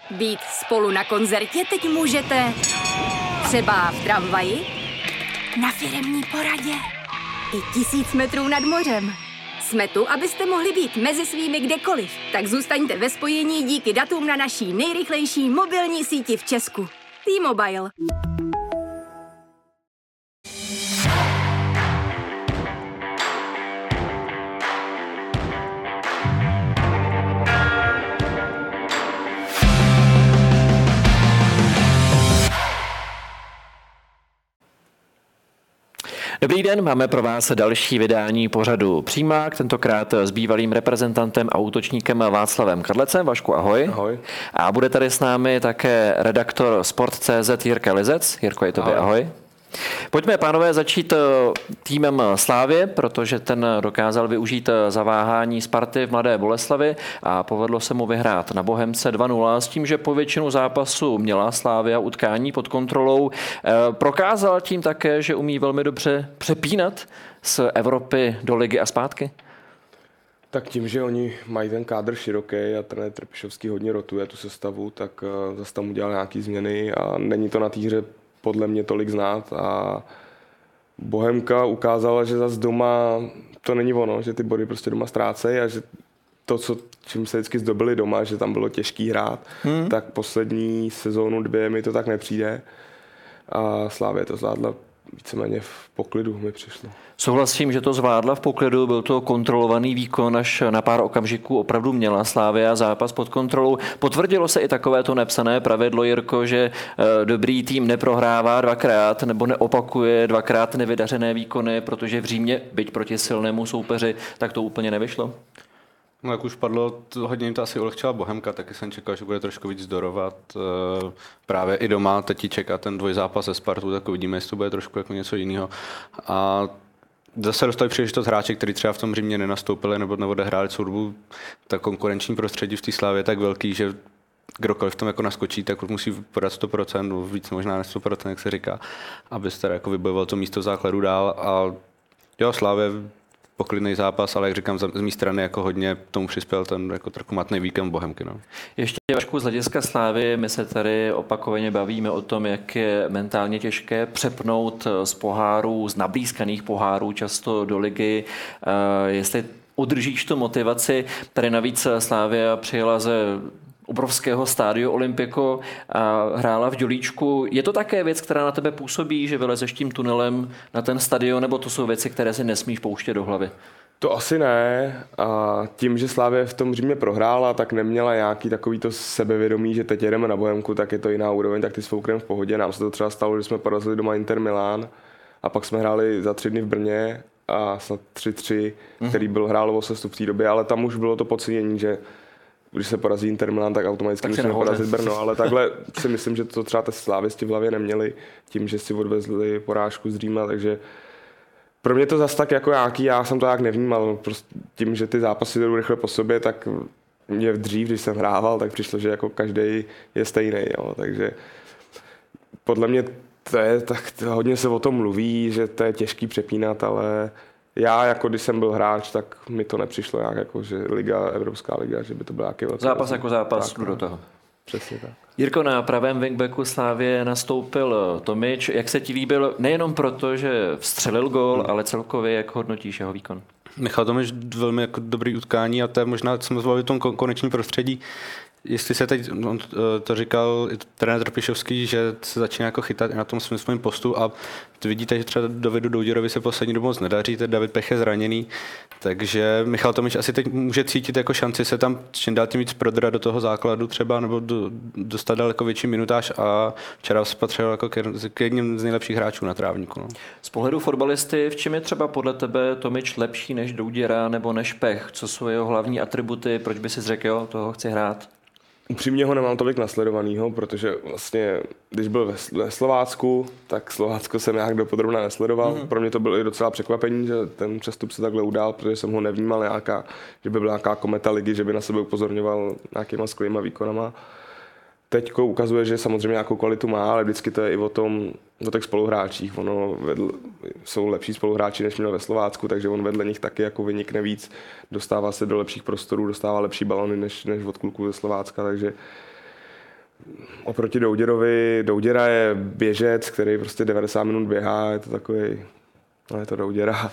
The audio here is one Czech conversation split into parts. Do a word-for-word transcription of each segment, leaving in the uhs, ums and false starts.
Být spolu na koncertě teď můžete třeba v tramvaji, na firemní poradě i tisíc metrů nad mořem. Jsme tu, abyste mohli být mezi svými kdekoliv. Tak zůstaňte ve spojení díky datům na naší nejrychlejší mobilní síti v Česku. T-Mobile. Dobrý den, máme pro vás další vydání pořadu Přímák, tentokrát s bývalým reprezentantem a útočníkem Václavem Kadlecem. Vašku, ahoj. Ahoj. A bude tady s námi také redaktor Sport tečka cé zet Jirka Lizec. Jirko, je tobě ahoj. ahoj. Pojďme, pánové, začít týmem Slávie, protože ten dokázal využít zaváhání Sparty v Mladé Boleslavi a povedlo se mu vyhrát na Bohemce dva nula s tím, že po většinu zápasu měla Slavia utkání pod kontrolou. Prokázal tím také, že umí velmi dobře přepínat z Evropy do ligy a zpátky? Tak tím, že oni mají ten kádr široký a trenér Trpišovský hodně rotuje tu sestavu, tak zase tam udělal nějaký změny a není to na té hře podle mě tolik znát a Bohemka ukázala, že zase doma to není ono, že ty body prostě doma ztrácejí a že to, co, čím se vždycky zdobili doma, že tam bylo těžký hrát, hmm. tak poslední sezónu dvě mi to tak nepřijde a Slavie to zvládla víceméně v poklidu, mi přišlo. Souhlasím, že to zvládla v poklidu, byl to kontrolovaný výkon, až na pár okamžiků opravdu měla Slavia zápas pod kontrolou. Potvrdilo se i takovéto nepsané pravidlo, Jirko, že dobrý tým neprohrává dvakrát nebo neopakuje dvakrát nevydařené výkony, protože v Římě, byť proti silnému soupeři, tak to úplně nevyšlo. No, jak už padlo, to hodně jim to asi ulehčila Bohemka, taky jsem čekal, že bude trošku víc zdorovat. Právě i doma, teď ti čeká ten dvojzápas se Spartou, tak uvidíme, jestli to bude trošku jako něco jiného. A zase dostali příležitost hráči, kteří třeba v tom Římě nenastoupili nebo neodehráli celou dobu. Ta konkurenční prostředí v té Slavii je tak velký, že kdokoliv v tom jako naskočí, tak musí podat sto procent, víc možná než sto procent, jak se říká, abyste jako vybojoval to místo základu dál. A jo, Slavie poklidný zápas, ale jak říkám, z mé strany jako hodně tomu přispěl ten jako trochu matný víkend Bohemky. No. Ještě Vašku, z hlediska Slávy, my se tady opakovaně bavíme o tom, jak je mentálně těžké přepnout z pohárů, z nablízkaných pohárů často do ligy. Jestli udržíš tu motivaci, tady navíc Slavia přijela ze obrovského stádiu Olympiko a hrála v Dělíčku. Je to také věc, která na tebe působí, že vylezeš tím tunelem na ten stadion, nebo to jsou věci, které si nesmíš pouštět do hlavy? To asi ne. A tím, že Slavia v tom Římě prohrála, tak neměla nějaký takovýto sebevědomí, že teď jedeme na Bohemku, tak je to jiná úroveň, tak ty s Foukrem v pohodě. Nám se to třeba stalo, že jsme porazili doma Inter Milán a pak jsme hráli za tři dny v Brně a snad tři tři, mm-hmm. který byl hrál o sestup v té době, ale tam už bylo to podcenění, že když se porazí Inter Milan, tak automaticky musíme porazit Brno, ale takhle si myslím, že to třeba ty slávisti v hlavě neměli tím, že si odvezli porážku z Říma, takže pro mě to zase tak jako nějaký, já jsem to jak nevnímal, prostě tím, že ty zápasy jdou rychle po sobě, tak mě dřív, když jsem hrával, tak přišlo, že jako každý je stejný, jo, takže podle mě to je, tak to hodně se o tom mluví, že to je těžký přepínat, ale já, jako když jsem byl hráč, tak mi to nepřišlo nějak jako, že liga, Evropská liga, že by to byl nějaký velký zápas jako zápas, jdu do toho. Přesně tak. Jirko, na pravém wingbacku Slávie nastoupil Tomič. Jak se ti líbil, nejenom proto, že vstřelil gól, hmm. ale celkově, jak hodnotíš jeho výkon? Michal Tomič velmi jako dobrý utkání a to je možná, co jsme zvládli v tom konečním prostředí. Jestli se teď, on to říkal i trenér Trpišovský, že se začíná jako chytat na tom svým svým postu a vidíte, že třeba Davidu Douděrovi se poslední dobu moc nedaří, teď David Pech je zraněný, takže Michal Tomič asi teď může cítit jako šanci se tam čím dál tím víc prodrat do toho základu třeba, nebo do, dostat daleko větší minutáž a včera spatřil jako k jedním z nejlepších hráčů na trávníku. No. Z pohledu fotbalisty, v čem je třeba podle tebe Tomič lepší než Douděra nebo než Pech? Co jsou jeho hlavní atributy, proč by si řekl, jo, toho chci hrát? Upřímně ho nemám tolik nasledovanýho, protože vlastně, když byl ve Slovácku, tak Slovácko jsem nějak dopodrobna nesledoval. Mm-hmm. Pro mě to bylo i docela překvapení, že ten přestup se takhle udál, protože jsem ho nevnímal nějaká, že by byla nějaká kometa ligy, že by na sebe upozorňoval nějakýma skvělýma výkonama. Teďko ukazuje, že samozřejmě nějakou kvalitu má, ale vždycky to je i o tom, o těch spoluhráčích. Ono vedl, jsou lepší spoluhráči, než měl ve Slovácku, takže on vedle nich taky jako vynikne víc, dostává se do lepších prostorů, dostává lepší balony než, než od kluků ze Slovácka, takže Oproti Douděrovi, Douděra je běžec, který prostě devadesát minut běhá, je to takový, no je to Douděra.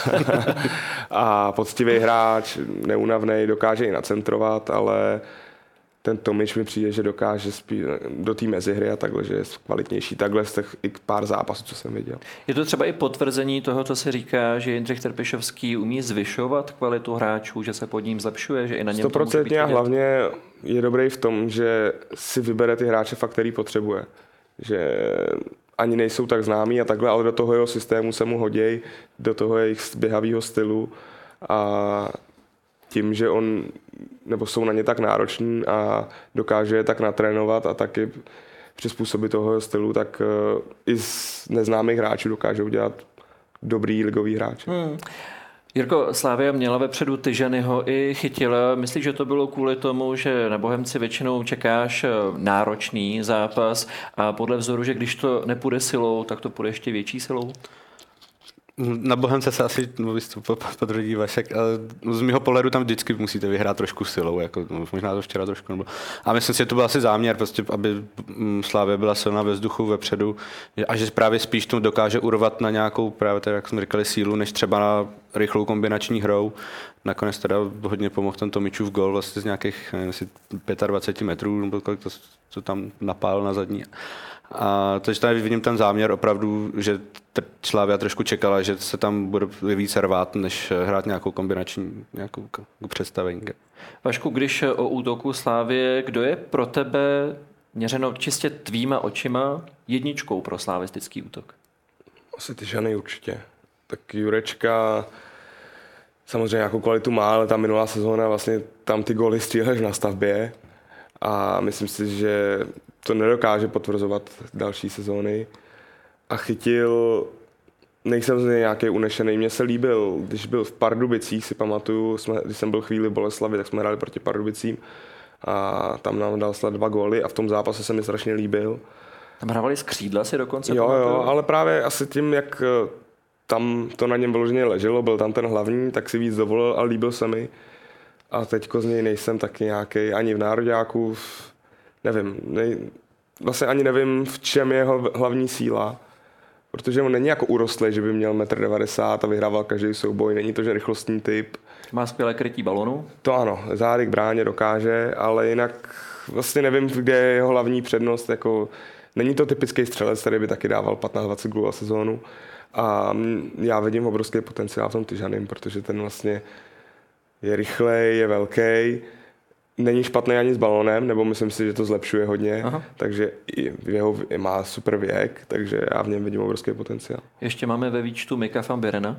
A poctivý hráč, neúnavnej, dokáže i nacentrovat, ale ten Tomič mi přijde, že dokáže spí, do té mezihry a takhle, že je kvalitnější. Takhle z těch i pár zápasů, co jsem viděl. Je to třeba i potvrzení toho, co se říká, že Jindřich Trpišovský umí zvyšovat kvalitu hráčů, že se pod ním zlepšuje, že i na něm to může být a hlavně je dobrý v tom, že si vybere ty hráče fakt, který potřebuje. Že ani nejsou tak známí a takhle, ale do toho jeho systému se mu hoděj, do toho jejich běhavého stylu a tím, že on, nebo jsou na ně tak nároční a dokáže je tak natrénovat a taky přizpůsobit toho stylu, tak uh, i z neznámých hráčů dokáže udělat dobrý ligový hráč. Hmm. Jirko, Slavia měla vepředu Tyžanyho i Chytila. Myslíš, že to bylo kvůli tomu, že na Bohemci většinou čekáš náročný zápas a podle vzoru, že když to nepůjde silou, tak to půjde ještě větší silou? Na Bohemce se asi potvrdí Vašek, ale z mého pohledu tam vždycky musíte vyhrát trošku silou, jako, možná to včera trošku nebylo. A myslím si, že to byl asi záměr, prostě, aby Slavia byla silná ve vzduchu vepředu a že právě spíš to dokáže urvat na nějakou, právě tak, jak jsme říkali, sílu, než třeba na rychlou kombinační hrou. Nakonec teda hodně pomohl ten Tomičův gol vlastně z nějakých nevím, dvacet pět metrů, nebo kolik to, to tam napál na zadní. A takže tady vidím ten záměr opravdu, že Slavia trošku čekala, že se tam bude více rvát, než hrát nějakou kombinační nějakou představení. Vašku, když o útoku Slavie, kdo je pro tebe, měřeno čistě tvýma očima, jedničkou pro slavistický útok? Asi Tyžany určitě. Tak Jurečka samozřejmě nějakou kvalitu má, ale ta minulá sezóna vlastně tam ty góly stříleš na stavbě a myslím si, že to nedokáže potvrzovat další sezóny. A Chytil, nejsem z něj nějaký unešený. Mně se líbil, když byl v Pardubicích, si pamatuju, jsme, když jsem byl chvíli v Boleslavi, tak jsme hráli proti Pardubicím a tam nám dal snad dva góly a v tom zápase se mi strašně líbil. Tam hrávali z křídla si dokonce? Jo, jo, ale právě asi tím, jak tam to na něm vyloženě leželo, byl tam ten hlavní, tak si víc dovolil a líbil se mi. A teďko z něj nejsem taky nějaký ani v nároďáku, nevím, nej, vlastně ani nevím, v čem je jeho hlavní síla, protože on není jako urostlý, že by měl metr devadesát a vyhrával každý souboj, není to, že rychlostní typ. Má skvělé krytí balonu? To ano, zády k bráně dokáže, ale jinak vlastně nevím, kde je jeho hlavní přednost, jako není to typický střelec, který by taky dával patnáct dvacet gólů a sezónu a já vidím obrovský potenciál v tom Tyžanym, protože ten vlastně je rychlej, je velký, není špatný ani s balonem, nebo myslím si, že to zlepšuje hodně, aha, takže jeho má super věk, takže já v něm vidím obrovský potenciál. Ještě máme ve výčtu Mika van Birena.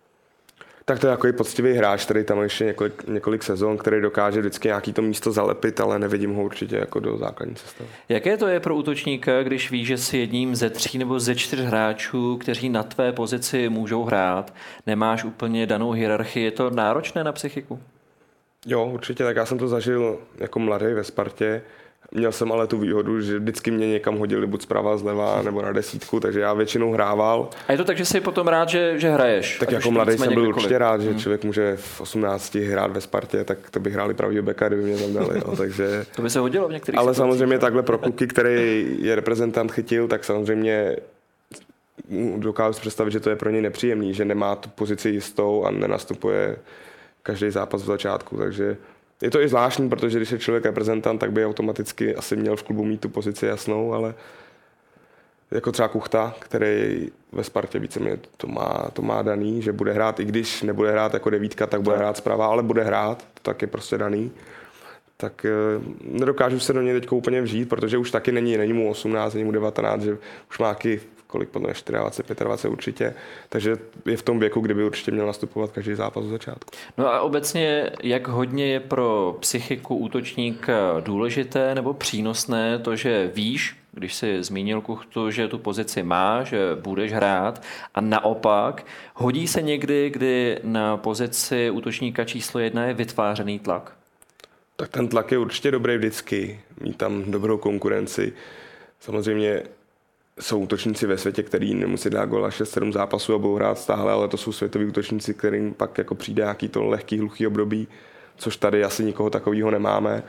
Tak to je takový poctivý hráč, který tam ještě několik, několik sezon, který dokáže vždycky nějaký to místo zalepit, ale nevidím ho určitě jako do základní sestavy. Jaké to je pro útočníka, když víš, že si jedním ze tří nebo ze čtyř hráčů, kteří na tvé pozici můžou hrát, nemáš úplně danou hierarchii, je to náročné na psychiku? Jo, určitě, tak já jsem to zažil jako mladý ve Spartě. Měl jsem ale tu výhodu, že vždycky mě někam hodili buď zprava, zleva nebo na desítku, takže já většinou hrával. A je to tak, že jsi potom rád, že, že hraješ? Tak jako mladý jsem byl určitě rád, že hmm. člověk může v osmnácti hrát ve Spartě, tak to by hráli pravýho beka, kdyby mě tam dali. Jo, takže... To by se hodilo v některých Ale situacích, samozřejmě takhle pro kluky, který je reprezentant Chytil, tak samozřejmě dokážu si představit, že to je pro něj nepříjemný, že nemá tu pozici jistou a nenastupuje každý zápas v začátku, takže je to i zvláštní, protože když je člověk reprezentant, tak by automaticky asi měl v klubu mít tu pozici jasnou, ale jako třeba Kuchta, který ve Spartě víceméně to má, to má daný, že bude hrát, i když nebude hrát jako devítka, tak bude hrát zprava, ale bude hrát, to tak je prostě daný. Tak nedokážu se do něj teď úplně vžít, protože už taky není, není mu osmnáct, není mu devatenáct, že už má taky kolik podle dvacet čtyři, dvacet pět určitě, takže je v tom věku, kdyby určitě měl nastupovat každý zápas od začátku. No a obecně, jak hodně je pro psychiku útočníka důležité nebo přínosné to, že víš, když jsi zmínil Kuchtu, že tu pozici máš, že budeš hrát a naopak hodí se někdy, kdy na pozici útočníka číslo jedna je vytvářený tlak? Tak ten tlak je určitě dobrý vždycky, mít tam dobrou konkurenci. Samozřejmě jsou útočníci ve světě, který nemusí dát góla šest sedm zápasů a budou hrát stále, ale to jsou světoví útočníci, kterým pak jako přijde nějaký to lehký, hluchý období, což tady asi nikoho takového nemáme.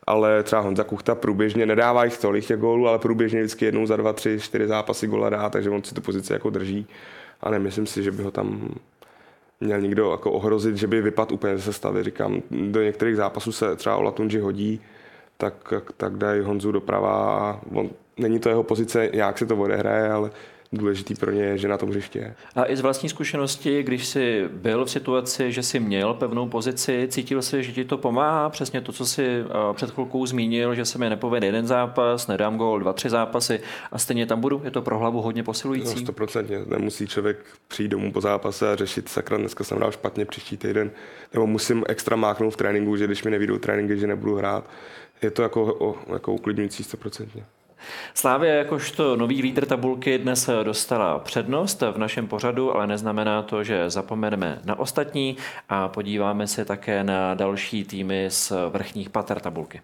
ale třeba Honza Kuchta průběžně nedává jich tolik těch gólů, ale průběžně vždycky jednou za dva, tři, čtyři zápasy góla dá, takže on si tu pozici jako drží a nemyslím si, že by ho tam měl někdo jako ohrozit, že by vypadl úplně ze sestavy. Říkám, do některých zápasů se třeba Olatunji hodí, tak, tak dají Honzu doprava a on, není to jeho pozice, jak se to odehraje, ale důležitý pro ně je, že na tom hřiště je. A i z vlastní zkušenosti, když jsi byl v situaci, že jsi měl pevnou pozici, cítil jsi, že ti to pomáhá? Přesně to, co jsi před chvilkou zmínil, že se mi nepovede jeden zápas, nedám gól, dva, tři zápasy a stejně tam budu? Je to pro hlavu hodně posilující? No, stoprocentně. Nemusí člověk přijít domů po zápase a řešit, sakra, dneska jsem hrál špatně příští týden, nebo musím extra máknout v tréninku, že když mi nevyjdou tréninky, že nebudu hrát. Je to jako, jako uklidňující stoprocentně. Slavia jakožto nový lídr tabulky dnes dostala přednost v našem pořadu, ale neznamená to, že zapomeneme na ostatní a podíváme se také na další týmy z vrchních pater tabulky.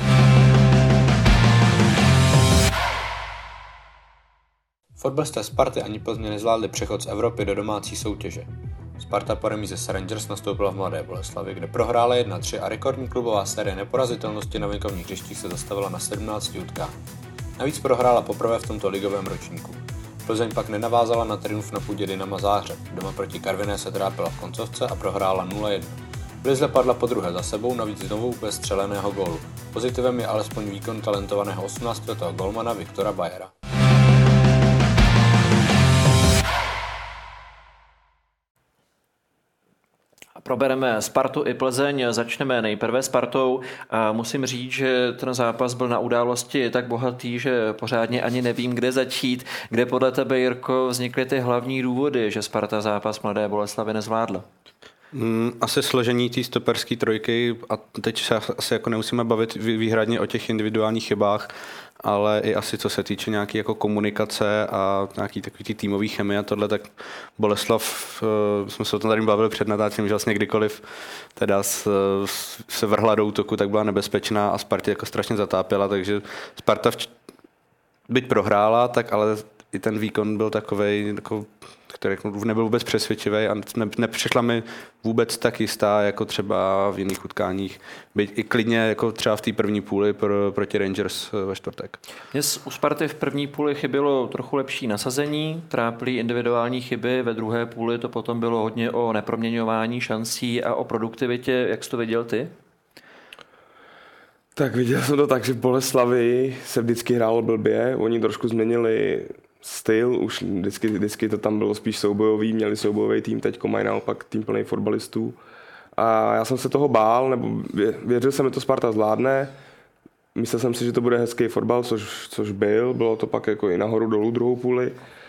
Fotbalisté Sparty ani Plzně nezvládli přechod z Evropy do domácí soutěže. Sparta po remíze s Rangers nastoupila v Mladé Boleslavi, kde prohrála jedna tři a rekordní klubová série neporazitelnosti na venkovních hřištích se zastavila na sedmnácti utkání. Navíc prohrála poprvé v tomto ligovém ročníku. Plzeň pak nenavázala na triumf na půdě Dynama Záhřeb. Doma proti Karviné se trápila v koncovce a prohrála nula jedna. V lize padla podruhé za sebou, navíc znovu bez střeleného gólu. Pozitivem je alespoň výkon talentovaného osmnáctiletého golmana Viktora Bajera. Probereme Spartu i Plzeň, začneme nejprve Spartou. A musím říct, že ten zápas byl na události tak bohatý, že pořádně ani nevím, kde začít. Kde podle tebe, Jirko, vznikly ty hlavní důvody, že Sparta zápas Mladé Boleslavi nezvládla? Mm, asi složení té stoperské trojky a teď se asi jako nemusíme bavit výhradně o těch individuálních chybách, ale i asi co se týče nějaké jako komunikace a nějaký takový tý týmový chemie a tohle, tak Boleslav, jsme se o tom tady bavili před natáčením, že vlastně kdykoliv teda se vrhla do útoku, tak byla nebezpečná a Spartě jako strašně zatápěla, takže Sparta vč- byť prohrála, tak ale i ten výkon byl takovej, jako, který nebyl vůbec přesvědčivý a ne, nepřišla mi vůbec tak jistá, jako třeba v jiných utkáních. Byť i klidně jako třeba v té první půli pro, proti Rangers ve čtvrtek. Dnes u Sparty v první půli chybělo trochu lepší nasazení, trápily individuální chyby, ve druhé půli to potom bylo hodně o neproměňování šancí a o produktivitě. Jak jsi to viděl ty? Tak viděl jsem to tak, že v Boleslavi se vždycky hrálo blbě, oni trošku změnili styl, už vždycky, vždycky to tam bylo spíš soubojový, měli soubojový tým, teďko mají naopak tým plný fotbalistů. A já jsem se toho bál, nebo věřil jsem, že to Sparta zvládne. Myslel jsem si, že to bude hezký fotbal, což, což byl, bylo to pak jako i nahoru dolů druhou půli.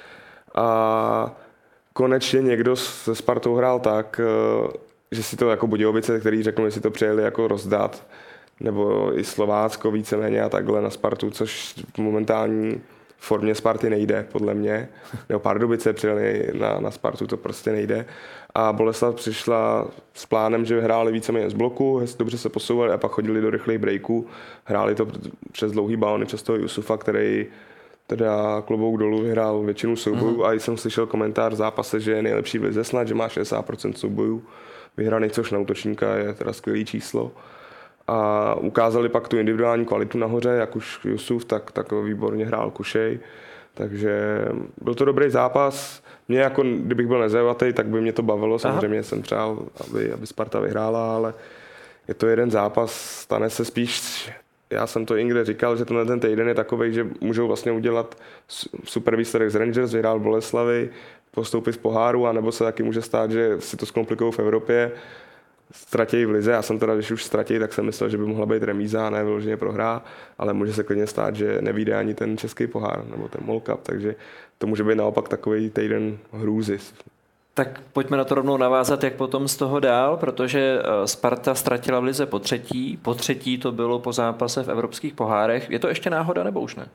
A konečně někdo se Spartou hrál tak, že si to jako Budějovice, který řeknou, že si to přijeli jako rozdat, nebo i Slovácko víceméně a takhle na Spartu, což v momentální formě Sparty nejde, podle mě. Nebo Pardubice přijeli na, na Spartu, to prostě nejde. A Boleslav přišla s plánem, že hráli víceméně z bloku, dobře se posouvali a pak chodili do rychlých breaků. Hráli to přes dlouhý balony, přes toho Jusufa, který teda klobouk dolů vyhrál většinu soubojů. Uh-huh. A jsem slyšel komentář v zápase, že je nejlepší v lize snad, že má šedesát procent soubojů vyhraných, což na útočníka je teda skvělý číslo. A ukázali pak tu individuální kvalitu nahoře, jak už Jusuf, tak, tak výborně hrál Kušej. Takže byl to dobrý zápas. Mě jako, kdybych byl nezajatý, tak by mě to bavilo. Samozřejmě jsem přál, aby, aby Sparta vyhrála, ale je to jeden zápas, stane se spíš, já jsem to někde říkal, že tenhle ten týden je takovej, že můžou vlastně udělat super výsledek z Rangers, vyhrál Boleslavy, postoupit z poháru, anebo se taky může stát, že si to zkomplikují v Evropě, ztratí v lize. Já jsem teda, když už ztratí, tak jsem myslel, že by mohla být remíza a ne vyloženě prohrá, ale může se klidně stát, že nevyjde ani ten český pohár nebo ten Mall Cup, takže to může být naopak takový týden hrůzy. Tak pojďme na to rovnou navázat, jak potom z toho dál, protože Sparta ztratila v lize po třetí, po třetí to bylo po zápase v evropských pohárech. Je to ještě náhoda nebo už ne?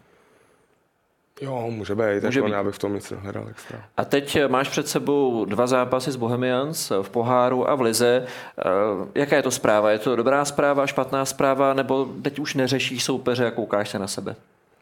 Jo, může být, může být. Já bych v tom nic nehledal extra. A teď máš před sebou dva zápasy s Bohemians v poháru a v lize. Jaká je to zpráva? Je to dobrá zpráva, špatná zpráva, nebo teď už neřešíš soupeře a koukáš se na sebe?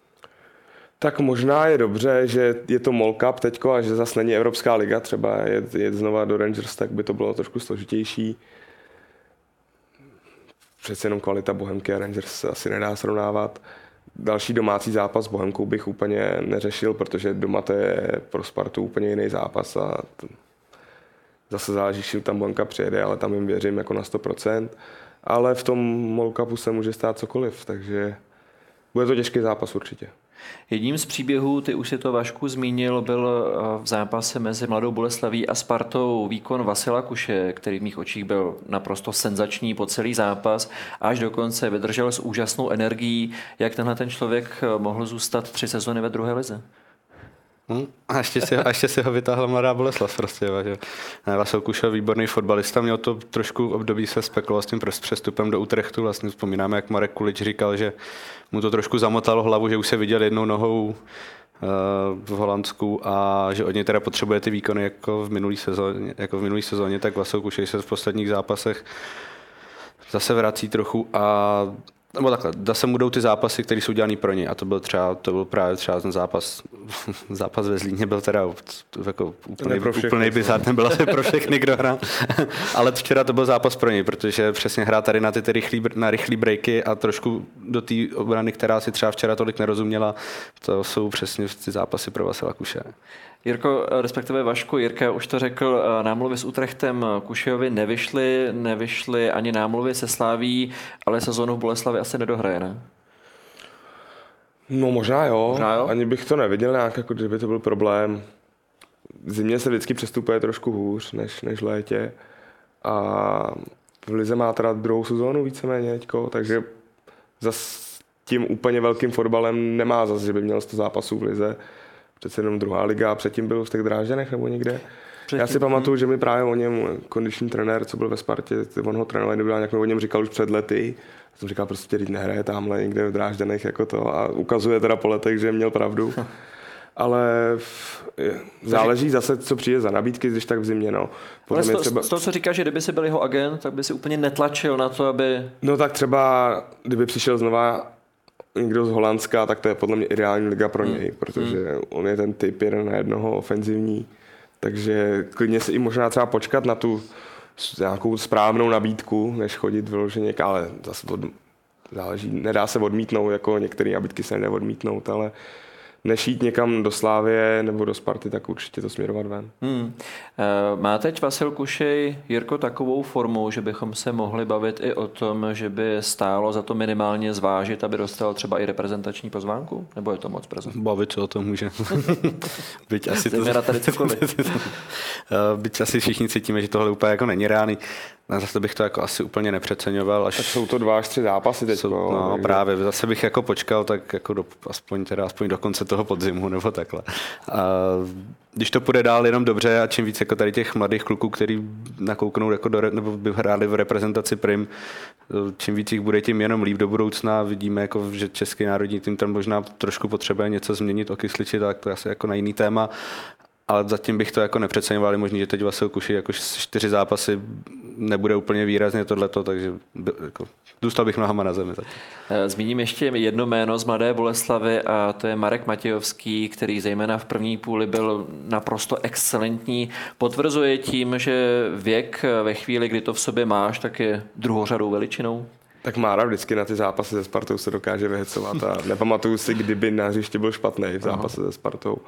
Tak možná je dobře, že je to Mall Cup teďko a že zase není Evropská liga, třeba jet, jet znova do Rangers, tak by to bylo trošku složitější. přece jenom kvalita Bohemky a Rangers se asi nedá srovnávat. Další domácí zápas s Bohemkou bych úplně neřešil, protože doma to je pro Spartu úplně jiný zápas a to zase záleží, že tam Bohemka přijede, ale tam jim věřím jako na sto procent. Ale v tom Mall Cupu se může stát cokoliv, takže bude to těžký zápas určitě. Jedním z příběhů, ty už si to Vašku zmínil, byl v zápase mezi Mladou Boleslaví a Spartou výkon Vasila Kuše, který v mých očích byl naprosto senzační po celý zápas, až dokonce vydržel s úžasnou energií. Jak tenhle ten člověk mohl zůstat tři sezony ve druhé lize? Hmm. A ještě si, a ještě si ho vytáhla Mladá Boleslav prostě. Že? Vasil Kuša, výborný fotbalista, měl to trošku období se spekuloval s tím přestupem do Utrechtu. Vlastně vzpomínáme, jak Marek Kulič říkal, že mu to trošku zamotalo hlavu, že už se viděl jednou nohou v Holandsku a že od něj teda potřebuje ty výkony jako v minulý sezóně, jako v minulý sezóně, tak Vasil Kuša se v posledních zápasech zase vrací trochu a nebo takhle, zase mu jdou ty zápasy, které jsou dělané pro ně a to byl třeba, to byl právě třeba ten zápas, zápas ve Zlíně byl teda jako úplný, úplný bizár, ten byl asi pro všechny, kdo hrál, ale včera to byl zápas pro něj, protože přesně hrá tady na ty, ty rychlý, na rychlý breaky a trošku do té obrany, která si třeba včera tolik nerozuměla, to jsou přesně ty zápasy pro Vasila Kuše. Jirko, respektive Vašku, Jirka už to řekl, námluvy s Utrechtem Kušejovi nevyšly, nevyšly ani námluvy se Sláví, ale sezónu v Boleslavi asi nedohraje, ne? No možná jo. možná jo, ani bych to neviděl nějak, jako kdyby to byl problém. V zimě se vždycky přestupuje trošku hůř než, než v létě a v lize má teda druhou sezónu víceméně teďko, takže zas tím úplně velkým fotbalem nemá zase, že by měl sto zápasů v lize. Přece jenom druhá liga a předtím byl v těch Drážďanech nebo někde. Předtím. Já si pamatuju, že mi právě o něm kondiční trenér, co byl ve Spartě, on ho trénoval, nějak mi o něm říkal už před lety. Já jsem říkal, prostě teď nehraje tamhle někde v Drážďanech jako to a ukazuje teda po letech, že měl pravdu. Ale záleží zase, co přijde za nabídky, když tak v zimě. No. Ale z, to, třeba... z toho, co říká, že kdyby si byl jeho agent, tak by si úplně netlačil na to, aby... No tak třeba, kdyby přišel znova někdo z Holandska, tak to je podle mě ideální liga pro něj, hmm. protože hmm. on je ten typ jeden na jednoho ofenzivní, takže klidně si i možná třeba počkat na tu nějakou správnou nabídku, než chodit vyloženě, ale zase od, záleží, nedá se odmítnout, jako některé nabídky se nedá odmítnout, ale než jít někam do Slávie nebo do Sparty, tak určitě to směrovat ven. Hmm. Má teď Vasil Kušej, Jirko, takovou formu, že bychom se mohli bavit i o tom, že by stálo za to minimálně zvážit, aby dostal třeba i reprezentační pozvánku? Nebo je to moc brzo? Bavit se o tom může. Byť asi to... tady Byť asi všichni cítíme, že tohle úplně jako není reálný. No, zase bych to jako asi úplně nepřeceňoval. Až... Tak jsou to dva až tři zápasy teď. Jsou, no takže... právě, zase bych jako počkal tak jako do, aspoň, teda, aspoň do konce toho podzimu nebo takhle. A když to půjde dál jenom dobře a čím víc jako tady těch mladých kluků, který nakouknou jako do, nebo by hráli v reprezentaci prim, čím víc jich bude, tím jenom líp do budoucna. Vidíme, jako, že český národní tým tam možná trošku potřebuje něco změnit, okysličit, tak to je asi jako na jiný téma. Ale zatím bych to jako nepřeceňoval, je možný, že teď Vasil Kuši jako čtyři zápasy nebude úplně výrazně tohleto, takže jako, zůstal bych nohama na zemi. Taky. Zmíním ještě jedno jméno z Mladé Boleslavy a to je Marek Matějovský, který zejména v první půli byl naprosto excelentní. Potvrzuje tím, že věk ve chvíli, kdy to v sobě máš, tak je druhořadou veličinou? Tak Mára vždycky na ty zápasy se Spartou se dokáže vyhecovat a nepamatuju si, kdyby na hřišti byl špatný v zápase se Spartou.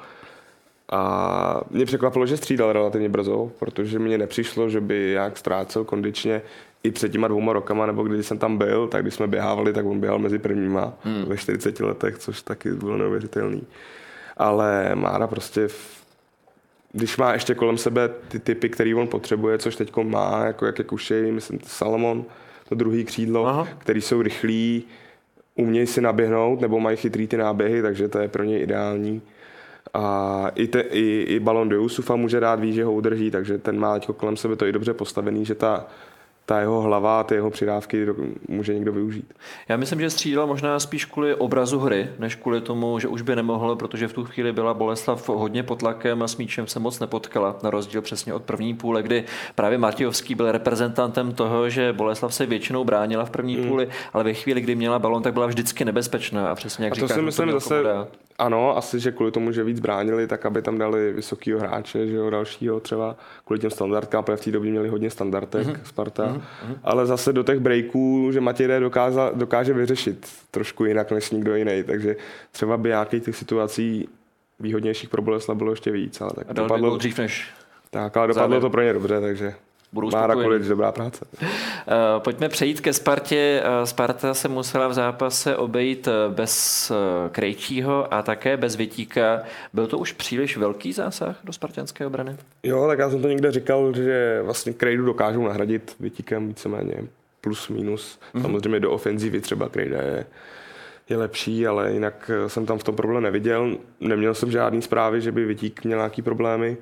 A mě překvapilo, že střídal relativně brzo, protože mně nepřišlo, že by jak ztrácel kondičně i před těma dvouma rokama, nebo když jsem tam byl, tak když jsme běhávali, tak on běhal mezi prvníma hmm. ve čtyřiceti letech, což taky bylo neuvěřitelný. Ale Mára prostě, když má ještě kolem sebe ty typy, který on potřebuje, což teď má, jako jak je Kušej, myslím Salomon, to druhý křídlo, Aha. který jsou rychlí, umějí si naběhnout, nebo mají chytrý ty náběhy, takže to je pro ně ideální. A i, te, i, i balon do Jusufa může dát, ví, že ho udrží, takže ten má teď kolem sebe to i dobře postavený, že ta, ta jeho hlava, ty jeho přidávky může někdo využít. Já myslím, že střídal možná spíš kvůli obrazu hry, než kvůli tomu, že už by nemohl, protože v tu chvíli byla Boleslav hodně pod tlakem a s míčem se moc nepotkala, na rozdíl přesně od první půle, kdy právě Matějovský byl reprezentantem toho, že Boleslav se většinou bránila v první mm. půli, ale ve chvíli, kdy měla balon, tak byla vždycky nebezpečná a přesně jak a to říkáš, si myslím to zase, ano, asi, že kvůli tomu, že víc bránili, tak aby tam dali vysokýho hráče, že jo, dalšího třeba, kvůli těm standardkám, protože v té době měli hodně standardek mm-hmm. Sparta, mm-hmm. ale zase do těch breaků, že Matěj D. dokáže, dokáže vyřešit trošku jinak než nikdo jiný, takže třeba by nějakých těch situací výhodnějších pro Boleslav bylo ještě víc. Ale tak a dal dopadlo, dřív než tak, ale dopadlo závěr. To pro ně dobře, takže Mára Kulič, dobrá práce. Uh, pojďme přejít ke Spartě. Uh, Sparta se musela v zápase obejít bez uh, Krejčího a také bez Vitíka. Byl to už příliš velký zásah do spartanské obrany? Jo, tak já jsem to někde říkal, že vlastně Krejdu dokážou nahradit Vitíkem víceméně plus minus. Mm-hmm. Samozřejmě do ofenzívy třeba Krejda je, je lepší, ale jinak jsem tam v tom problém neviděl. Neměl jsem žádný zprávy, že by Vitík měl nějaký problémy.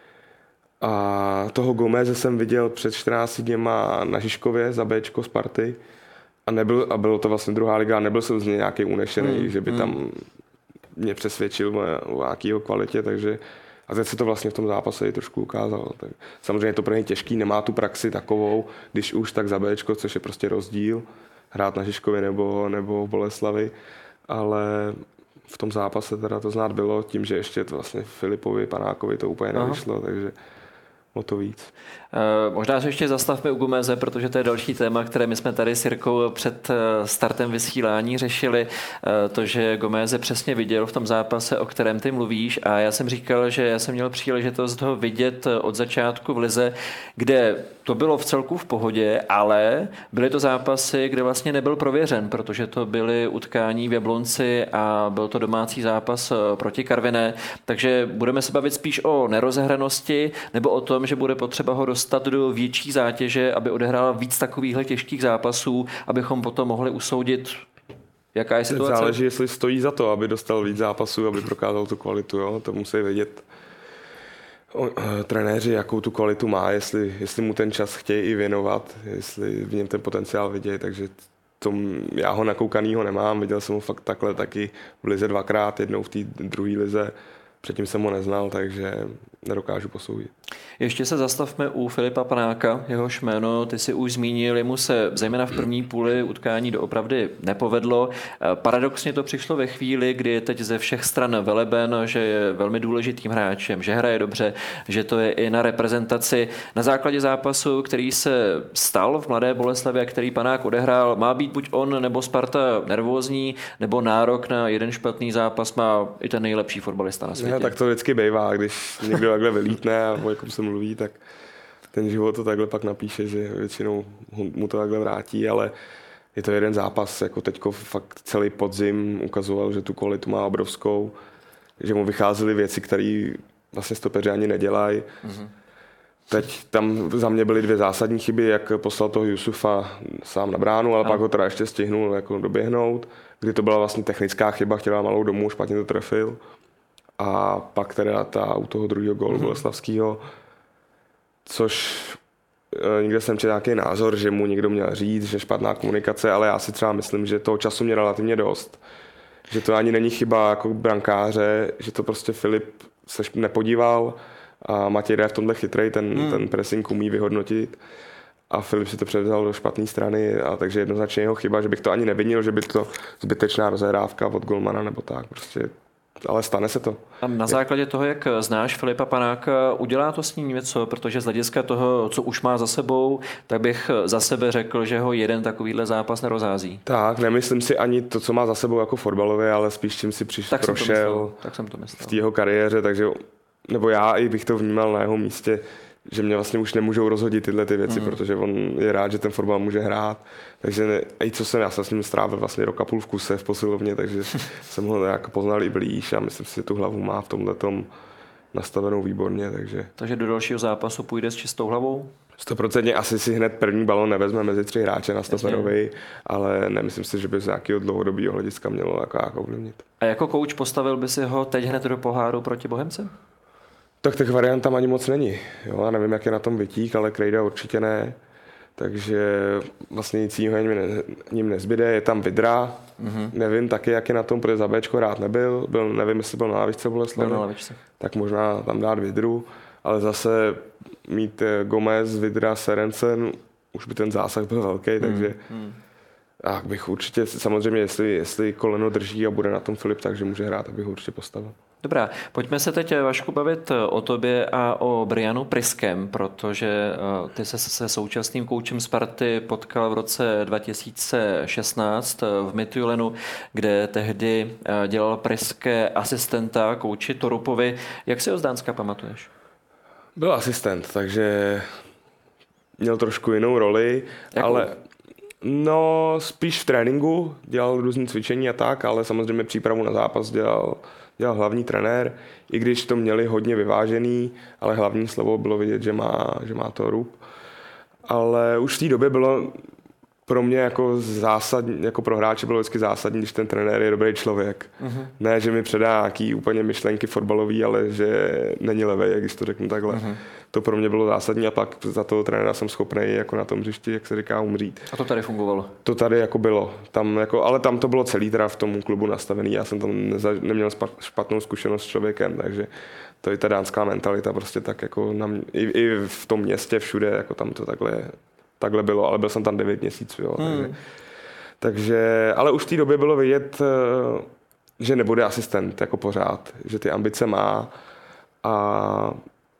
A toho Gomeze jsem viděl před čtrnácti dněma na Žižkově za Bčko Sparty a, nebyl, a bylo to vlastně druhá liga a nebyl jsem z něj nějaký unešený, mm, že by mm. tam mě přesvědčil o nějakého kvalitě, takže a teď se to vlastně v tom zápase i trošku ukázalo. Tak samozřejmě je to pro něj těžký, nemá tu praxi takovou, když už tak za Bčko, což je prostě rozdíl, hrát na Žižkově nebo, nebo v Boleslavi, ale v tom zápase teda to znát bylo tím, že ještě to vlastně Filipovi, Panákovi to úplně nevyšlo, Aha. takže o to víc. Uh, možná se ještě zastavme u Gomeze, protože to je další téma, které my jsme tady s Jirkou před startem vysílání řešili. Uh, to, že Gomeze přesně viděl v tom zápase, o kterém ty mluvíš, a já jsem říkal, že já jsem měl příležitost ho vidět od začátku v lize, kde to bylo v celku v pohodě, ale byly to zápasy, kde vlastně nebyl prověřen, protože to byly utkání v Jablonci a byl to domácí zápas proti Karviné, takže budeme se bavit spíš o nerozehranosti nebo o tom, že bude potřeba ho dostat do větší zátěže, aby odehrál víc takovýchhle těžkých zápasů, abychom potom mohli usoudit, jaká je situace. Záleží, jestli stojí za to, aby dostal víc zápasů, aby prokázal tu kvalitu. Jo? To musí vědět o, e, trenéři, jakou tu kvalitu má, jestli, jestli mu ten čas chtějí i věnovat, jestli v něm ten potenciál vidějí. Takže tom, já ho nakoukanýho nemám, viděl jsem ho fakt takhle taky v lize dvakrát, jednou v té druhé lize. Předtím jsem ho neznal, takže nedokážu posoudit. Ještě se zastavme u Filipa Panáka, jehož jméno ty si už zmínil, jemu se zejména v první půli utkání doopravdy nepovedlo. Paradoxně to přišlo ve chvíli, kdy je teď ze všech stran veleben, že je velmi důležitým hráčem, že hraje dobře, že to je i na reprezentaci. Na základě zápasu, který se stal v Mladé Boleslavi a který Panák odehrál, má být buď on nebo Sparta nervózní, nebo nárok na jeden špatný zápas má i ten nejlepší fotbalista na světě. Ne, tak to vždycky bývá, když někdo takhle vylítne a o jakom se mluví, tak ten život to takhle pak napíše, že většinou mu to takhle vrátí, ale je to jeden zápas, jako teďko fakt celý podzim ukazoval, že tu kvalitu má obrovskou, že mu vycházely věci, které vlastně stopeři ani nedělají. Mm-hmm. Teď tam za mě byly dvě zásadní chyby, jak poslal toho Jusufa sám na bránu, ale ano. Pak ho teda ještě stihnul jako doběhnout, kdy to byla vlastně technická chyba, chtěla malou domů, špatně to trefil. A pak teda ta u toho druhého gólu mm-hmm. Boleslavského, což e, někde jsem četl nějaký názor, že mu někdo měl říct, že špatná komunikace, ale já si třeba myslím, že toho času mě relativně dost. Že to ani není chyba jako brankáře, že to prostě Filip se nepodíval a Matěj D. v tomhle chytrej, ten, mm. ten pressing umí vyhodnotit. A Filip si to převzal do špatné strany, a takže jednoznačně jeho chyba, že bych to ani nevinil, že by to zbytečná rozehrávka od golmana nebo tak. Prostě ale stane se to. A na základě toho, jak znáš Filipa Panáka, udělá to s ním něco, protože z hlediska toho, co už má za sebou, tak bych za sebe řekl, že ho jeden takovýhle zápas nerozhází. Tak, nemyslím si ani to, co má za sebou jako fotbalově, ale spíš čím si přišel, tak prošel tak jsem to myslel. v té jeho kariéře, takže nebo já i bych to vnímal na jeho místě, že mě vlastně už nemůžou rozhodit tyhle ty věci, mm. protože on je rád, že ten fotbal může hrát. Takže ne, i co jsem, já jsem s ním strávil vlastně rok a půl v kuse v posilovně, takže jsem ho nějak poznal i blíž a myslím si, že tu hlavu má v tomhletom nastavenou výborně. Takže, takže do dalšího zápasu půjde s čistou hlavou? Stoprocentně asi si hned první balon nevezme mezi tři hráče na stoperovi, ale nemyslím si, že by z nějakého dlouhodobého hlediska mělo jako, jako ovlivnit. A jako kouč postavil by si ho teď hned do poháru proti Bohemce? Tak těch variant tam ani moc není. Jo, já nevím, jak je na tom Vitík, ale Krejda určitě ne. Takže vlastně nic jiného ním nezbyde. Je tam Vidra, mm-hmm. nevím taky, jak je na tom, protože za Bčko rád nebyl. byl. Nevím, jestli byl na lavičce Boleslavy. Tak možná tam dát Vidru. Ale zase mít Gomez, Vidra, Serencen, už by ten zásah byl velký, takže mm-hmm. A bych určitě, samozřejmě, jestli, jestli koleno drží a bude na tom Filip, takže může hrát, tak bych ho určitě postavil. Dobrá, pojďme se teď, Vašku, bavit o tobě a o Brianu Priskem, protože ty se se současným koučem Sparty potkal v roce dva tisíce šestnáct v Midtjyllandu, kde tehdy dělal Priske asistenta kouči Torupovi. Jak si ho z Dánska pamatuješ? Byl asistent, takže měl trošku jinou roli, Jakou? ale no spíš v tréninku, dělal různý cvičení a tak, ale samozřejmě přípravu na zápas dělal dělal hlavní trenér, i když to měli hodně vyvážený, ale hlavní slovo bylo vidět, že má, že má Torup. Ale už v té době bylo pro mě jako zásadní, jako pro hráče bylo vždycky zásadní, když ten trenér je dobrý člověk. Uh-huh. Ne, že mi předá nějaký úplně myšlenky fotbalový, ale že není levej, když to řeknu takhle. Uh-huh. To pro mě bylo zásadní a pak za toho trenéra jsem schopný jako na tom hřišti, jak se říká, umřít. A to tady fungovalo? To tady jako bylo. Tam jako, ale tam to bylo celý teda v tom klubu nastavený. Já jsem tam neza, neměl špatnou zkušenost s člověkem, takže to je ta dánská mentalita prostě tak jako na mě, i, i v tom městě všude, jako tam to takhle Takhle bylo, ale byl jsem tam devět měsíců. Jo, hmm. takže, takže, ale už v té době bylo vidět, že nebude asistent jako pořád, že ty ambice má a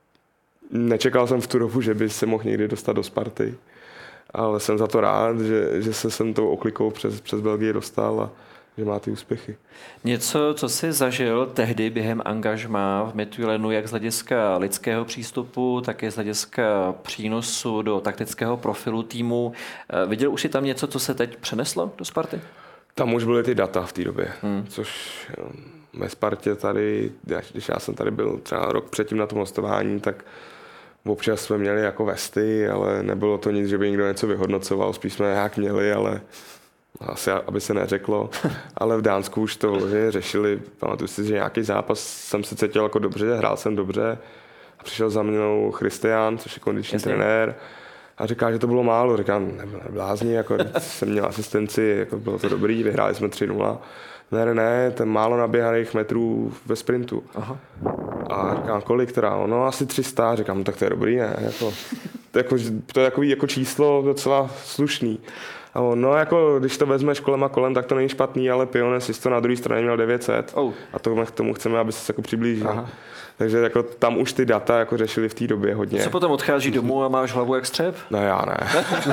nečekal jsem v tu dobu, že by se mohl někdy dostat do Sparty, ale jsem za to rád, že, že se jsem tou oklikou přes, přes Belgii dostal a že má ty úspěchy. Něco, co jsi zažil tehdy během angažmá v Midtjyllandu, jak z hlediska lidského přístupu, tak i z hlediska přínosu do taktického profilu týmu. Viděl už si tam něco, co se teď přeneslo do Sparty? Tam už byly ty data v té době, hmm. což ve Spartě tady, když já jsem tady byl třeba rok předtím na tom hostování, tak občas jsme měli jako vesty, ale nebylo to nic, že by někdo něco vyhodnocoval, spíš jsme jak měli, ale asi, aby se neřeklo, ale v Dánsku už to vloženě řešili. Pamatuju si, že nějaký zápas jsem se cítil jako dobře, hrál jsem dobře a přišel za mnou Christian, což je kondiční Jasně. trenér a říká, že to bylo málo. Říkám, nebyl blázni, jako jsem měl asistenci, jako bylo to dobrý, vyhráli jsme tři nula. Ne, ne, ten málo naběhaných metrů ve sprintu. Aha. A říkám, kolik teda? No asi tři sta, říkám, no, tak to je dobrý, ne? Jako, to, jako, to je takový jako číslo docela slušný. A on, no jako, když to vezmeš kolem a kolem, tak to není špatný, ale Piones to na druhé straně měl devět set oh. a to k tomu chceme, aby se jako přiblížil. Aha. Takže jako tam už ty data jako řešili v té době hodně. Co potom odchází domů a máš hlavu jak střep? No já ne.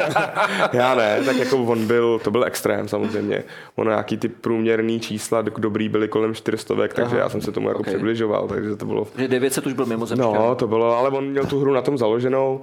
já ne, tak jako on byl, to byl extrém samozřejmě. Ono nějaký ty průměrný čísla dobrý byly kolem čtyřstovek, takže Aha. já jsem se tomu jako okay. přibližoval, takže to bylo... Že devět set už byl mimo zemšťan. No, to bylo, ale on měl tu hru na tom založenou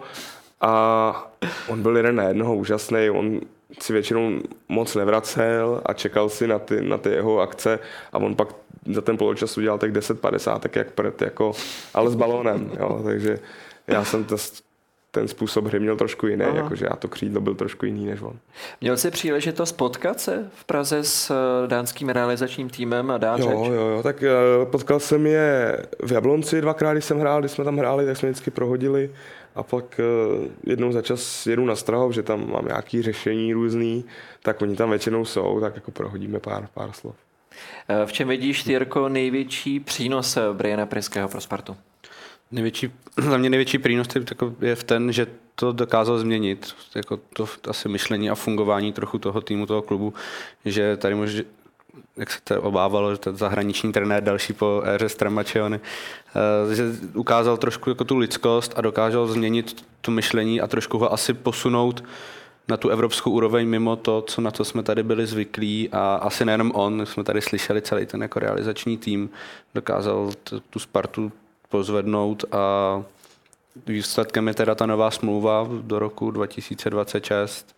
a on byl jeden na jednoho úžasný, on si většinou moc nevracel a čekal si na ty, na ty jeho akce a on pak za ten poločas udělal tak deset padesát, tak jak před, jako, ale s balónem, jo, takže já jsem to, ten způsob hry měl trošku jiný, jakože já to křídlo byl trošku jiný než on. Měl jsi příležitost potkat se v Praze s dánským realizačním týmem a dát jo, řeč? Jo, jo, tak potkal jsem je v Jablonci dvakrát, když jsem hrál, když jsme tam hráli, tak jsme vždycky prohodili. A pak jednou za čas jedu na Strahov, že tam mám nějaké řešení různý, tak oni tam většinou jsou, tak jako prohodíme pár, pár slov. V čem vidíš, ty, Jirko, největší přínos Briana Priského pro Spartu? Největší, za mě největší přínos je v ten, že to dokázal změnit, jako to asi myšlení a fungování trochu toho týmu, toho klubu, že tady může, jak se to obávalo, že ten zahraniční trenér další po éře Stramaccioni, že ukázal trošku jako tu lidskost a dokázal změnit to myšlení a trošku ho asi posunout na tu evropskou úroveň mimo to, co na to jsme tady byli zvyklí a asi nejenom on, jsme tady slyšeli celý ten jako realizační tým, dokázal t- tu Spartu pozvednout a výsledkem je teda ta nová smlouva do roku dva tisíce dvacet šest.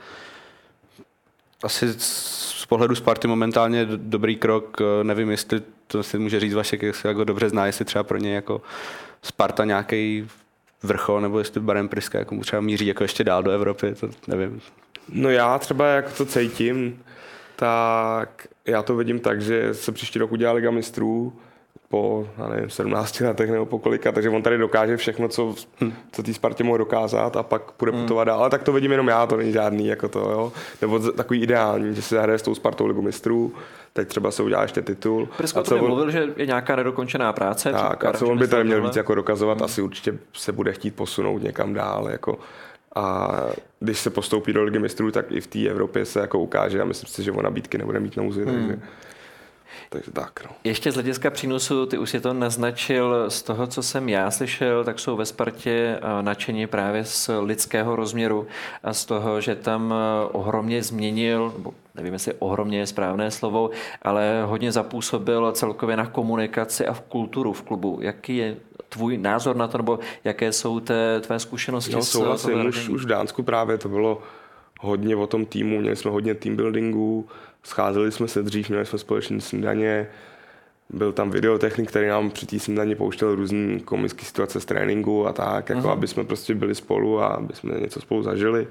Asi z pohledu Sparty momentálně dobrý krok, nevím, jestli to si může říct Vašek, jestli jako dobře zná, jestli třeba pro ně jako Sparta nějaký vrchol, nebo jestli Brian Priske jako třeba míří jako ještě dál do Evropy, to nevím. No já třeba jak to cítím, tak já to vidím tak, že se příští rok udělá Liga mistrů po, já nevím, sedmnácti letech nebo po kolika, takže on tady dokáže všechno, co, co té Spartě mohl dokázat a pak půjde putovat dál. Ale tak to vidím jenom já, to není žádný jako to, jo. Nebo takový ideální, že si zahraje s tou Spartou Ligu mistrů, teď třeba se udělá ještě titul. Prisko to on... mluvil, že je nějaká nedokončená práce. Tak, a co on by tady měl víc jako dokazovat, hmm. asi určitě se bude chtít posunout někam dál, jako a když se postoupí do Ligy mistrů, tak i v té Evropě se jako ukáže a myslím si, že o nabídky nebude mít nouzi. Hmm. Takže, takže tak. No. Ještě z hlediska přínosu, ty už si to naznačil, z toho, co jsem já slyšel, tak jsou ve Spartě nadšení právě z lidského rozměru a z toho, že tam ohromně změnil, nebo nevím, jestli ohromně je správné slovo, ale hodně zapůsobil celkově na komunikaci a v kulturu v klubu. Jaký je tvůj názor na to, nebo jaké jsou té tvé zkušenosti? No, souhlasím, už, už v Dánsku právě to bylo hodně o tom týmu, měli jsme hodně team buildingu, scházeli jsme se dřív, měli jsme společné snídaně, byl tam videotechnik, který nám při té snídaně pouštěl různý komické situace z tréninku a tak, jako uh-huh. aby jsme prostě byli spolu a aby jsme něco spolu zažili.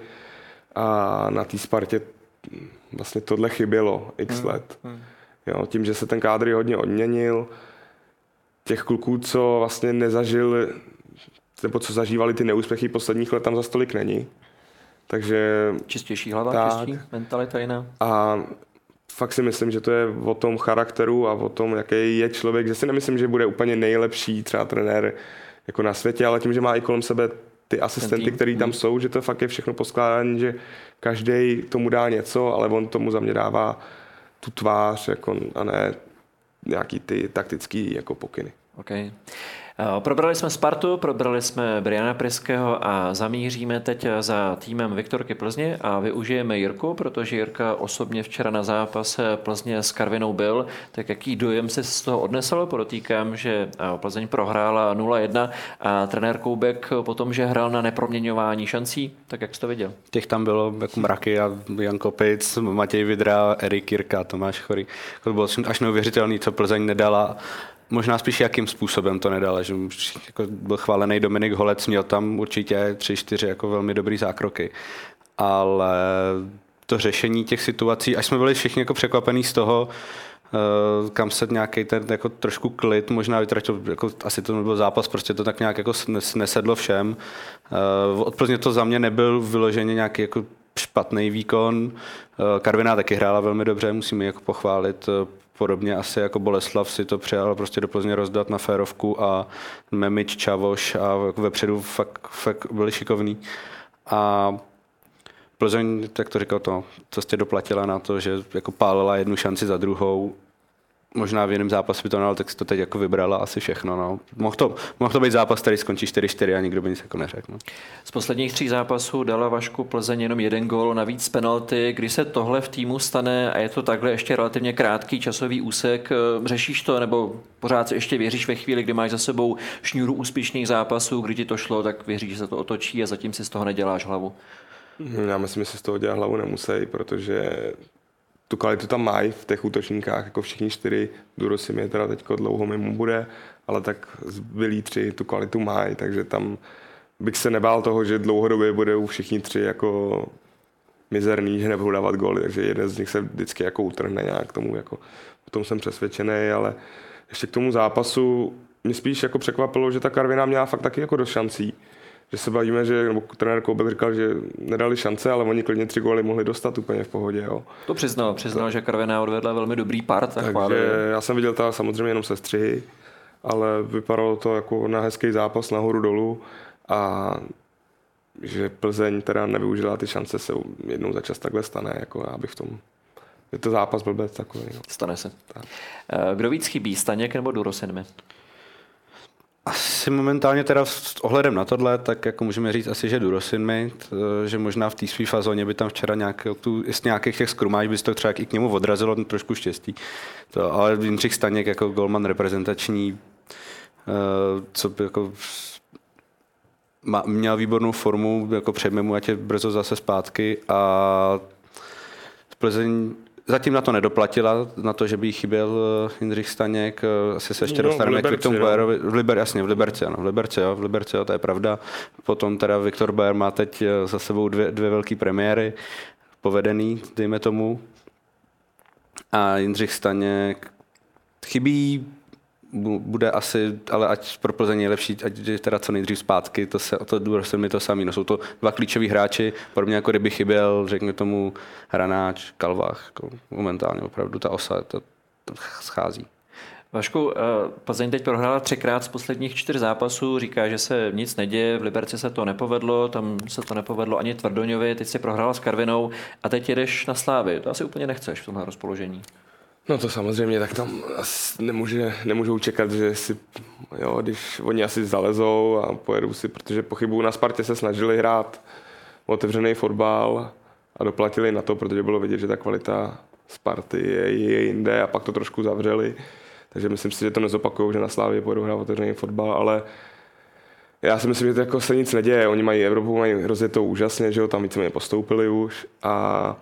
A na té Spartě vlastně tohle chybělo x uh-huh. let. Jo, tím, že se ten kádr hodně odměnil, těch kluků, co vlastně nezažili, nebo co zažívali ty neúspěchy posledních let, tam za stolik není. Takže... Čistější hlava, tak, čistší mentalita jiná. A fakt si myslím, že to je o tom charakteru a o tom, jaký je člověk, že si nemyslím, že bude úplně nejlepší třeba trenér jako na světě, ale tím, že má i kolem sebe ty asistenty, který tam jsou, že to fakt je všechno poskládané, že každý tomu dá něco, ale on tomu za mě dává tu tvář jako, a ne nějaký ty taktický jako pokyny. Okay. Probrali jsme Spartu, probrali jsme Briana Pryského a zamíříme teď za týmem Viktorky Plzně a využijeme Jirku, protože Jirka osobně včera na zápase Plzně s Karvinou byl. Tak jaký dojem se z toho odnesl? Podotýkám, že Plzeň prohrála nula jedna a trenér Koubek potom, že hrál na neproměňování šancí, tak jak jsi to viděl? Těch tam bylo jako mraky a Jan Kopic, Matěj Vidra, Erik Jirka, Tomáš Chory. To bylo až neuvěřitelný, co Plzeň nedala. Možná spíš jakým způsobem to nedala, že jako byl chválený Dominik Holec, měl tam určitě tři, čtyři jako velmi dobrý zákroky, ale to řešení těch situací, až jsme byli všichni jako překvapení z toho, kam se nějaký ten jako trošku klid možná vytratil, jako asi to nebyl zápas, prostě to tak nějak jako nesedlo všem. Od Plzně to za mě nebyl vyloženě nějaký jako špatný výkon. Karviná taky hrála velmi dobře, musíme jako pochválit. Podobně asi jako Boleslav si to přijal prostě do Plzně rozdat na férovku a Memič, Čavoš a jako vepředu fakt, fakt byli šikovní. A Plzeň, jak to říkal, to prostě doplatila na to, že jako pálila jednu šanci za druhou. Možná v jiném zápasu by to nedal, tak si to teď jako vybrala asi všechno. No. Mohl to, mohl to být zápas, který skončí čtyři čtyři a nikdo by nic jako neřekl. No. Z posledních tří zápasů dala Vašku Plzeň jenom jeden gól, navíc z penalty. Když se tohle v týmu stane a je to takhle ještě relativně krátký časový úsek, řešíš to nebo pořád si ještě věříš ve chvíli, kdy máš za sebou šňůru úspěšných zápasů, kdy ti to šlo, tak věříš, že se to otočí a zatím si z toho neděláš hlavu? Já myslím, že si z toho dělat hlavu nemusí, protože tu kvalitu tam mají v těch útočníkách, jako všichni čtyři. Durosim je teda teďko dlouho mimo bude, ale tak zbylí tři tu kvalitu mají, takže tam bych se nebál toho, že dlouhodobě budou všichni tři jako mizerný, že nebudou dávat góly, takže jeden z nich se vždycky jako utrhne nějak k tomu, jako o tom jsem přesvědčený, ale ještě k tomu zápasu mě spíš jako překvapilo, že ta Karviná měla fakt taky jako dost šancí. Že se bavíme, že nebo trenér Koubek říkal, že nedali šance, ale oni klidně tři góly mohli dostat úplně v pohodě. Jo. To přiznal, přiznal, to, že Karviná odvedla velmi dobrý part. Takže já jsem viděl ta samozřejmě jenom se střihy, ale vypadalo to jako na hezký zápas nahoru dolů a že Plzeň teda nevyužila ty šance, se jednou za čas takhle stane, jako já bych v tom. Je to zápas blbec takový. Jo. Stane se. Tak. Kdo víc chybí, Staněk nebo Durosinmi? Asi momentálně teda s ohledem na tohle, tak jako můžeme říct asi, že Durosinmi, že možná v té své fazóně by tam včera nějak, tu, z nějakých těch skrumáž by se to třeba i k němu odrazilo, trošku štěstí. To, ale Jindřich Staněk jako golman reprezentační, co by jako má, měl výbornou formu, jako přejme mu, ať je brzo zase zpátky a Plzeň zatím na to nedoplatila, na to, že by jí chyběl Jindřich Staněk, asi se ještě no, dostaneme k Viktoru Bayerovi. V Liber, jasně, v Liberci, ano, v Liberci, jo, v Liberci, jo, to je pravda. Potom teda Viktor Bayer má teď za sebou dvě, dvě velké premiéry, povedený, dejme tomu. A Jindřich Staněk chybí, bude asi, ale ať pro Plzeň je lepší, ať je teda co nejdřív zpátky, to se o to Durosinmi to samý. No, jsou to dva klíčoví hráči, podobně jako kdyby chyběl, řekněme tomu, Hranáč, Kalvách. Jako momentálně opravdu ta osa to, to schází. Vašku, Plzeň teď prohrála třikrát z posledních čtyř zápasů, říká, že se nic neděje, v Liberci se to nepovedlo, tam se to nepovedlo ani Tvrdoňovi, teď si prohrála s Karvinou a teď jedeš na Slávy. To asi úplně nechceš v tomhle rozpoložení. No to samozřejmě, tak tam nemůže, nemůžou čekat, že si, jo, když oni asi zalezou a pojedou si, protože pochybuju, na Spartě se snažili hrát otevřený fotbal a doplatili na to, protože bylo vidět, že ta kvalita Sparty je, je jinde a pak to trošku zavřeli. Takže myslím si, že to nezopakujou, že na Slávě pojedou hrát otevřený fotbal, ale já si myslím, že to jako se nic neděje. Oni mají Evropu, mají rozjetou úžasně, že jo, tam víceméně postoupili už a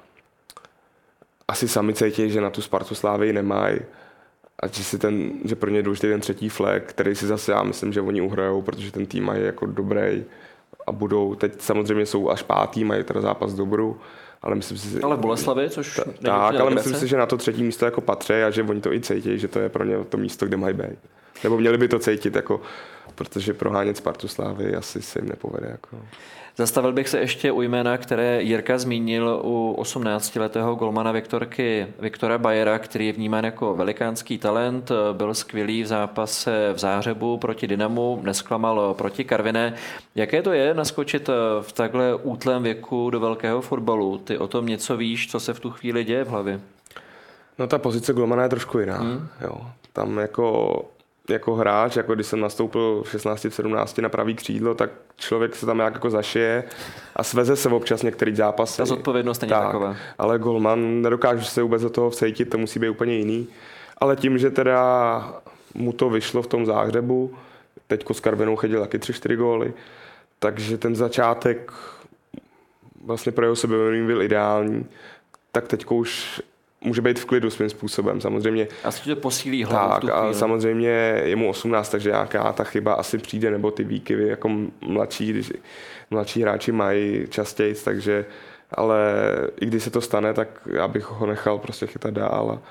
asi sami cítí, že na tu Spartu Slávy nemají. A že, si ten, že pro ně je důležitý ten třetí flag, který si zase já myslím, že oni uhrajou, protože ten tým mají jako dobrý a budou, teď samozřejmě jsou až pátý, mají teda zápas dobrou, ale myslím si, ale v Boleslavi, což ta, tak, ale myslím si, že na to třetí místo jako patří a že oni to i cítí, že to je pro ně to místo, kde mají být. Nebo měli by to cítit, jako, protože prohánět Spartu Slávy asi se jim nepovede. Jako. Zastavil bych se ještě u jména, které Jirka zmínil, u osmnáctiletého golmana Viktorky Viktora Bajera, který je vnímán jako velikánský talent, byl skvělý v zápase v Záhřebu proti Dynamu, nesklamal proti Karviné. Jaké to je naskočit v takhle útlém věku do velkého fotbalu? Ty o tom něco víš, co se v tu chvíli děje v hlavě? No ta pozice golmana je trošku jiná. Hmm. Jo. Tam jako jako hráč, jako když jsem nastoupil v šestnácti, v sedmnácti na pravý křídlo, tak člověk se tam nějak jako zašije a sveze se občas některý zápasy. Ta zodpovědnost není tak, taková. Ale golman nedokáže se vůbec do toho vcítit, to musí být úplně jiný. Ale tím, že teda mu to vyšlo v tom Záhřebu, teďko s Karvinou chytil taky tři čtyři góly, takže ten začátek vlastně pro jeho sebevědomí byl ideální, tak teďko už může být v klidu svým způsobem, samozřejmě. Asi to posílí hlavu. Tak a samozřejmě je mu osmnáct, takže nějaká ta chyba asi přijde, nebo ty výkyvy jako mladší, když mladší hráči mají častěji, takže, ale i když se to stane, tak já bych ho nechal prostě chytat dál a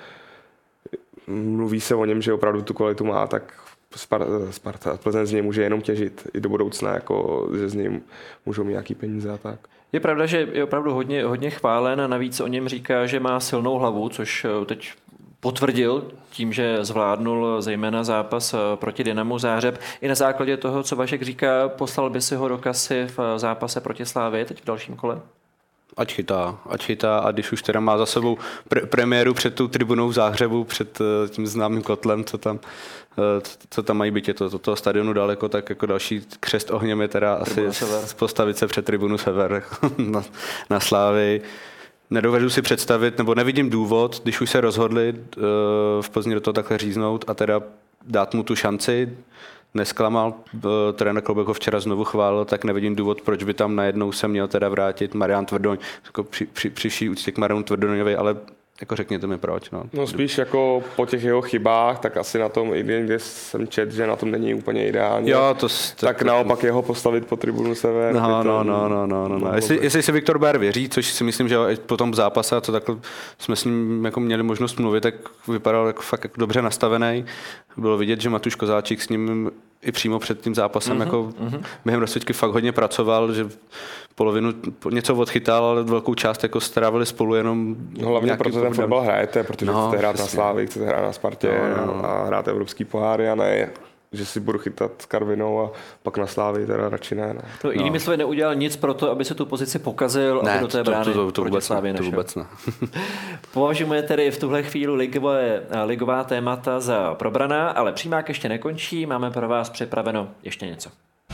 mluví se o něm, že opravdu tu kvalitu má, tak Sparta, Sparta Plzeň z něj může jenom těžit i do budoucna, jako, že z něj můžou mít nějaký peníze a tak. Je pravda, že je opravdu hodně, hodně chválen a navíc o něm říká, že má silnou hlavu, což teď potvrdil tím, že zvládnul zejména zápas proti Dynamu Záhřeb. I na základě toho, co Vašek říká, poslal by si ho do kasy v zápase proti Slávii teď v dalším kole? Ať chytá, ať chytá a když už teda má za sebou pre- premiéru před tou tribunou v Záhřebu, před uh, tím známým kotlem, co tam, uh, co tam mají být, je to do toho stadionu daleko, tak jako další křest ohněm je teda asi postavit se před tribunu Sever na, na Slávii. Nedovedu si představit, nebo nevidím důvod, když už se rozhodli uh, v Plzni do toho takhle říznout a teda dát mu tu šanci. Nesklamal, trenér Kloubek ho včera znovu chválil, tak nevidím důvod, proč by tam najednou se měl teda vrátit Marián Tvrdoň. Jako při, při, při vší úctě k Mariánu Tvrdoňovi, ale jako řekněte mi proč. No. no spíš jako po těch jeho chybách, tak asi na tom, i kde jsem čet, že na tom není úplně ideální. Jo, to, tak to, naopak to... jeho postavit po tribunu Sever. No, no, no, no, no, no, no. Jestli, jestli si Viktor Bajer věří, což si myslím, že po tom zápase, co takhle jsme s ním jako měli možnost mluvit, tak vypadal jako fakt jako dobře nastavený. Bylo vidět, že Matuš Kozáčik s ním i přímo před tím zápasem mm-hmm, jako mm-hmm. během rozsvědky fakt hodně pracoval, že polovinu něco odchytal, ale velkou část jako strávili spolu jenom. No, hlavně proto ten fotbal hrajete, protože no, chcete hrát na Slávii, chcete hrát na Spartě no, no, no. a hrát evropský poháry a ne, že si budu chytat s Karvinou a pak na Slávii teda radši ne. ne. To no. Jinými slovy neudělal nic pro to, aby se tu pozici pokazil ne, a do té brány to, to, to, to vůbec Slávii ne, to vůbec ne. Považujeme tedy v tuhle chvíli ligové, ligová témata za probraná, ale přímák ještě nekončí, máme pro vás připraveno ještě něco.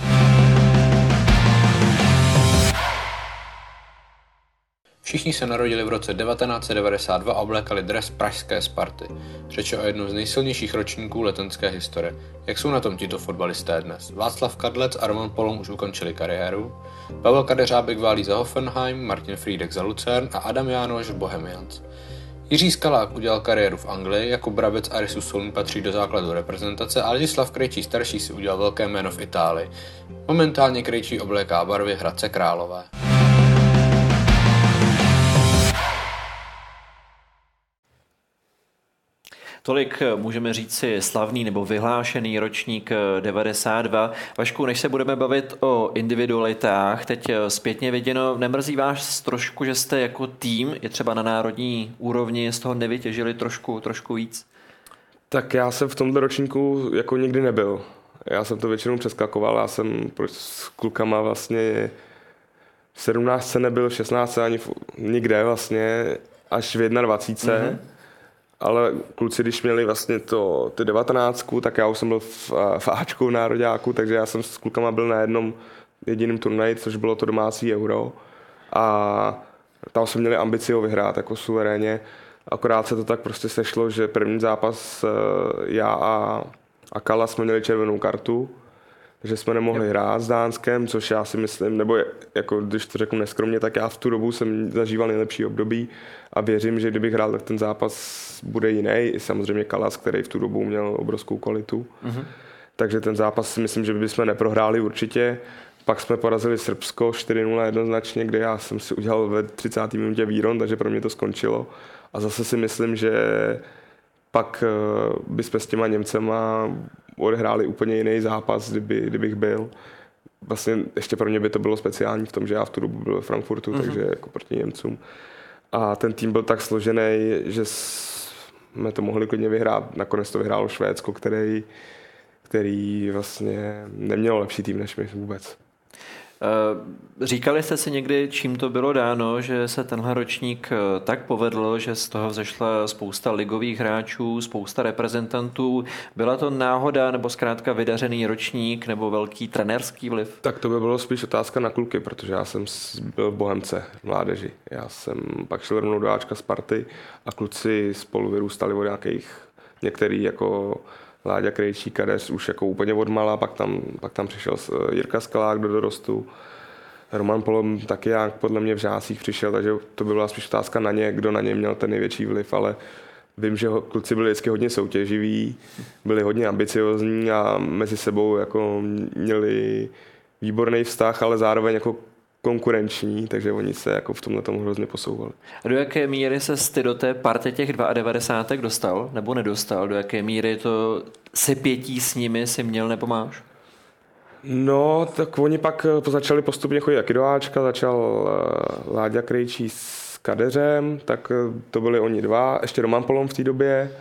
Všichni se narodili v roce devatenáct set devadesát dva a oblékali dres pražské Sparty. Řeč je o jednom z nejsilnějších ročníků letenské historie. Jak jsou na tom tito fotbalisté dnes? Václav Kadlec a Roman Polom už ukončili kariéru, Pavel Kadeřábek válí za Hoffenheim, Martin Frýdek za Lucern a Adam Jánoš v Bohemians. Jiří Skalák udělal kariéru v Anglii, jako Brabec a Risu Soln patří do základu reprezentace a Ladislav Krejčí starší si udělal velké jméno v Itálii. Momentálně Krejčí obléká barvy Hradce Králové. Tolik můžeme říci slavný nebo vyhlášený ročník devadesát dva. Vašku, než se budeme bavit o individualitách, teď zpětně viděno, nemrzí vás trošku, že jste jako tým, je třeba na národní úrovni, z toho nevytěžili trošku, trošku víc? Tak já jsem v tomto ročníku jako nikdy nebyl. Já jsem to většinou přeskakoval, já jsem s klukama vlastně v sedmnáctce nebyl, v šestnáctce ani v, nikde vlastně, až v jednadvacítce. Mm-hmm. Ale kluci, když měli vlastně to, ty devatenáctku, tak já už jsem byl v, v Ačku v nároďáku, takže já jsem s klukama byl na jednom jediném turnaji, což bylo to domácí euro. A tam jsme měli ambici ho vyhrát jako suverénně. Akorát se to tak prostě sešlo, že první zápas já a, a Kala jsme měli červenou kartu, takže jsme nemohli yep. hrát s Dánskem, což já si myslím, nebo jako když to řeknu neskromně, tak já v tu dobu jsem zažíval nejlepší období a věřím, že kdybych hrál, tak ten zápas bude jiný. I samozřejmě Kalas, který v tu dobu měl obrovskou kvalitu. Mm-hmm. Takže ten zápas si myslím, že bychom neprohráli určitě. Pak jsme porazili Srbsko čtyři nula jednoznačně, kde já jsem si udělal ve třicáté minutě výron, takže pro mě to skončilo. A zase si myslím, že pak bychom s těma Němcema odehráli úplně jiný zápas, kdyby, kdybych byl. Vlastně ještě pro mě by to bylo speciální v tom, že já v tu dobu byl v Frankfurtu, mm-hmm. takže jako proti Němcům. A ten tým byl tak složený, že jsme to mohli klidně vyhrát. Nakonec to vyhrálo Švédsko, který, který vlastně nemělo lepší tým než my vůbec. Říkali jste si někdy, čím to bylo dáno, že se tenhle ročník tak povedl, že z toho vzešla spousta ligových hráčů, spousta reprezentantů. Byla to náhoda nebo zkrátka vydařený ročník nebo velký trenérský vliv? Tak to by bylo spíš otázka na kluky, protože já jsem byl v Bohemce v mládeži. Já jsem pak šel rovnou do Ačka Sparty a kluci spolu vyrůstali od nějakých některý jako Láďa Krejčí, Kadeř už jako úplně odmala, pak tam, pak tam přišel Jirka Skalák do dorostu. Roman Polom taky jak podle mě v žácích přišel, takže to byla spíš otázka na ně, kdo na ně měl ten největší vliv, ale vím, že kluci byli vždycky hodně soutěživí, byli hodně ambiciozní a mezi sebou jako měli výborný vztah, ale zároveň jako konkurenční, takže oni se jako v tomhle tomu hrozně posouvali. A do jaké míry se ty do té party těch devadesát dva dostal nebo nedostal? Do jaké míry to sepětí s nimi si měl nebo máš? No, tak oni pak začali postupně chodit taky do Ačka, začal Láďa Krejčí s Kadeřem, tak to byli oni dva, ještě Roman Polom v té době.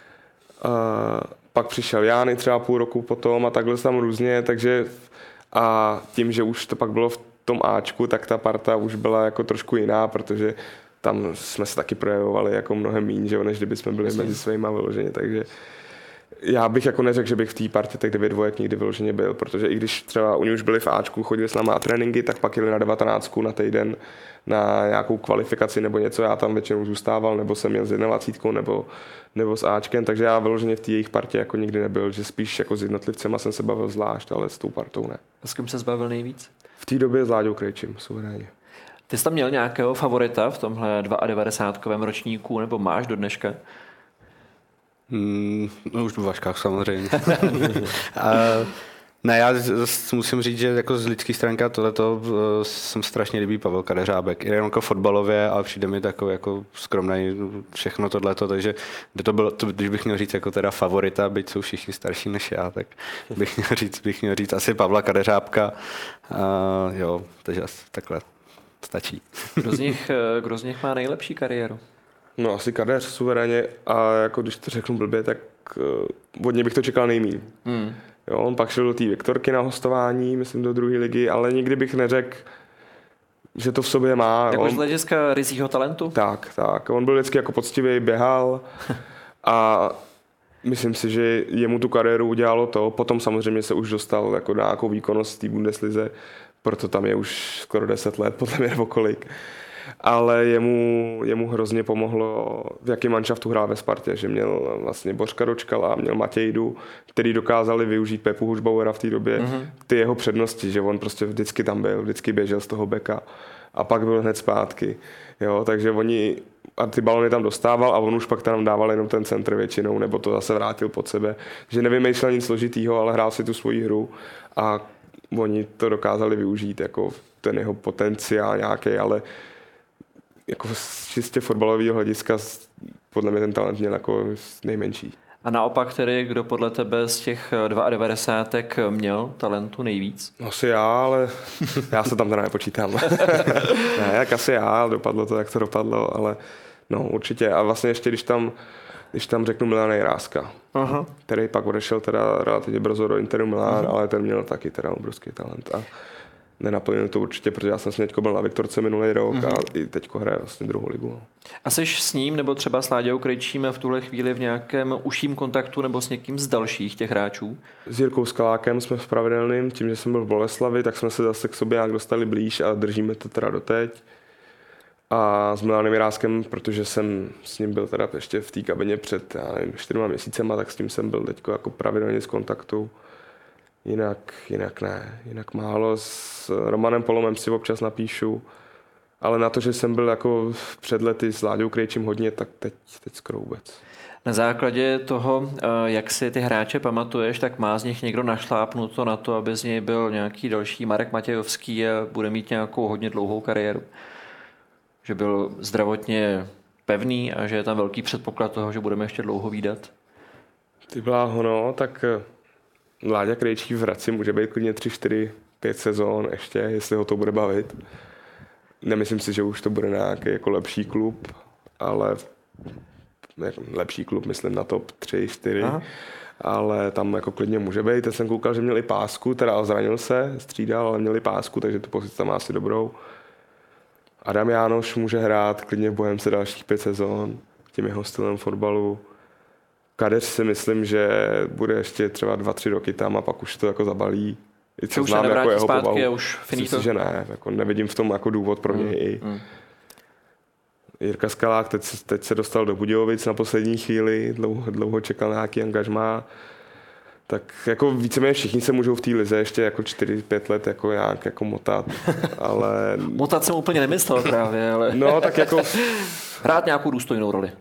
A pak přišel Jány třeba půl roku potom a takhle tam různě, takže a tím, že už to pak bylo v tom Ačku, tak ta parta už byla jako trošku jiná, protože tam jsme se taky projevovali jako mnohem míň, že než kdyby jsme byli Myslím. mezi svýma vyloženě, takže já bych jako neřekl, že bych v té partě těch devět dvojek nikdy vyloženě byl, protože i když třeba oni už byli v Ačku, chodili s náma na tréninky, tak pak jeli na devatenáctku na týden na nějakou kvalifikaci nebo něco, já tam většinou zůstával, nebo jsem měl s jednadvacítkou nebo, nebo s Ačkem, takže já vyloženě v té jejich partě jako nikdy nebyl, že spíš jako s jednotlivcema jsem se bavil zvlášť, ale s tou partou ne. A s kým se zbavil nejvíc? V té době s Láďou Krejčím, suverénně. Ty jsi tam měl nějakého favorita v tomhle devadesátkovém ročníku, nebo máš do dneška? Hmm, no už v Vaškách samozřejmě. A, ne, já musím říct, že jako z lidský stránka tohleto jsem strašně líbí Pavel Kadeřábek. Jen jako fotbalově, ale přijde mi takový jako skromnej všechno tohleto, takže to bylo, to, když bych měl říct jako teda favorita, byť jsou všichni starší než já, tak bych měl říct, bych měl říct asi Pavla Kadeřábka. A, jo, takže takhle stačí. Kdo z nich, kdo z nich má nejlepší kariéru? No asi Kadeř suverénně a jako když to řeknu blbě, tak uh, od něj bych to čekal nejmíň. Hmm. Jo, on pak šel do té Viktorky na hostování, myslím do druhé ligy, ale nikdy bych neřekl, že to v sobě má. Jako z hlediska ryzího talentu? Tak, tak. On byl vždycky jako poctivý, běhal a myslím si, že jemu tu kariéru udělalo to. Potom samozřejmě se už dostal jako na nějakou výkonnost v té Bundeslize, proto tam je už skoro deset let, podle mě nebo kolik. Ale jemu, jemu hrozně pomohlo, v jaký manšaftu hrál ve Spartě, že měl vlastně Bořka Dočkala a měl Matějdu, který dokázali využít Pepu Hušbauera v té době, mm-hmm. ty jeho přednosti, že on prostě vždycky tam byl, vždycky běžel z toho beka a pak byl hned zpátky. Jo, takže oni, a ty balony tam dostával a on už pak tam dával jenom ten centr většinou, nebo to zase vrátil pod sebe, že nevymýšlel nic složitýho, ale hrál si tu svoji hru a oni to dokázali využít, jako ten jeho potenciál nějaký, ale jako z čistě fotbalového hlediska podle mě ten talent měl jako nejmenší. A naopak tedy, kdo podle tebe z těch devadesát dva měl talentu nejvíc? Asi já, ale já se tam teda nepočítám. Ne, jak asi já, dopadlo to, jak to dopadlo, ale no určitě. A vlastně ještě, když tam když tam řeknu Milana Jiráska, Aha. který pak odešel teda relativně brzo do Interu Milán, ale ten měl taky teda obrovský talent a nenaplnil to určitě, protože já jsem s ním byl na Viktorce minulý rok mm-hmm. a i teďko hraje vlastně druhou ligu. A jsi s ním nebo třeba s Láďou Krejčím v tuhle chvíli v nějakém užším kontaktu nebo s někým z dalších těch hráčů? S Jirkou Skalákem jsme v pravidelným, tím, že jsem byl v Boleslavi, tak jsme se zase k sobě nějak dostali blíž a držíme to teda doteď. A s Milanem Jiráskem, protože jsem s ním byl teda ještě v té kabině před, já nevím, čtyřma měsícema, tak s tím jsem byl teďko jako pravidelně z kontaktu. Jinak, jinak ne, jinak málo. S Romanem Polomem si občas napíšu, ale na to, že jsem byl jako před lety s Láďou Krejčím hodně, tak teď, teď skoro vůbec. Na základě toho, jak si ty hráče pamatuješ, tak má z nich někdo našlápnuto na to, aby z něj byl nějaký další Marek Matějovský a bude mít nějakou hodně dlouhou kariéru? Že byl zdravotně pevný a že je tam velký předpoklad toho, že budeme ještě dlouho vídat? Ty bláho, no, tak Láďa Krejčí v Hradci může být klidně tři, čtyři, pět sezón ještě, jestli ho to bude bavit. Nemyslím si, že už to bude nějaký jako lepší klub, ale lepší klub, myslím na top tři, čtyři, Aha. ale tam jako klidně může být. Teď jsem koukal, že měl i pásku, teda zranil se, střídal, ale měl i pásku, takže tu pozici tam má asi dobrou. Adam Jánoš může hrát klidně v Bohemce dalších pět sezón tím jeho stylem fotbalu. Kadeř si myslím, že bude ještě třeba dva, tři roky tam a pak už to jako zabalí. I co už znám se jako jeho zpátky povahu. A už finito. Myslím, že ne, jako nevidím v tom jako důvod pro něj mm, i. Mm. Jirka Skalák teď, teď se dostal do Budějovic na poslední chvíli, dlouho, dlouho čekal na nějaký angažmá. Tak jako víceméně všichni se můžou v té lize ještě jako čtyři pět let jako nějak jako motat, ale... Motat jsem úplně nemyslel právě, ale... No tak jako... Hrát nějakou důstojnou roli.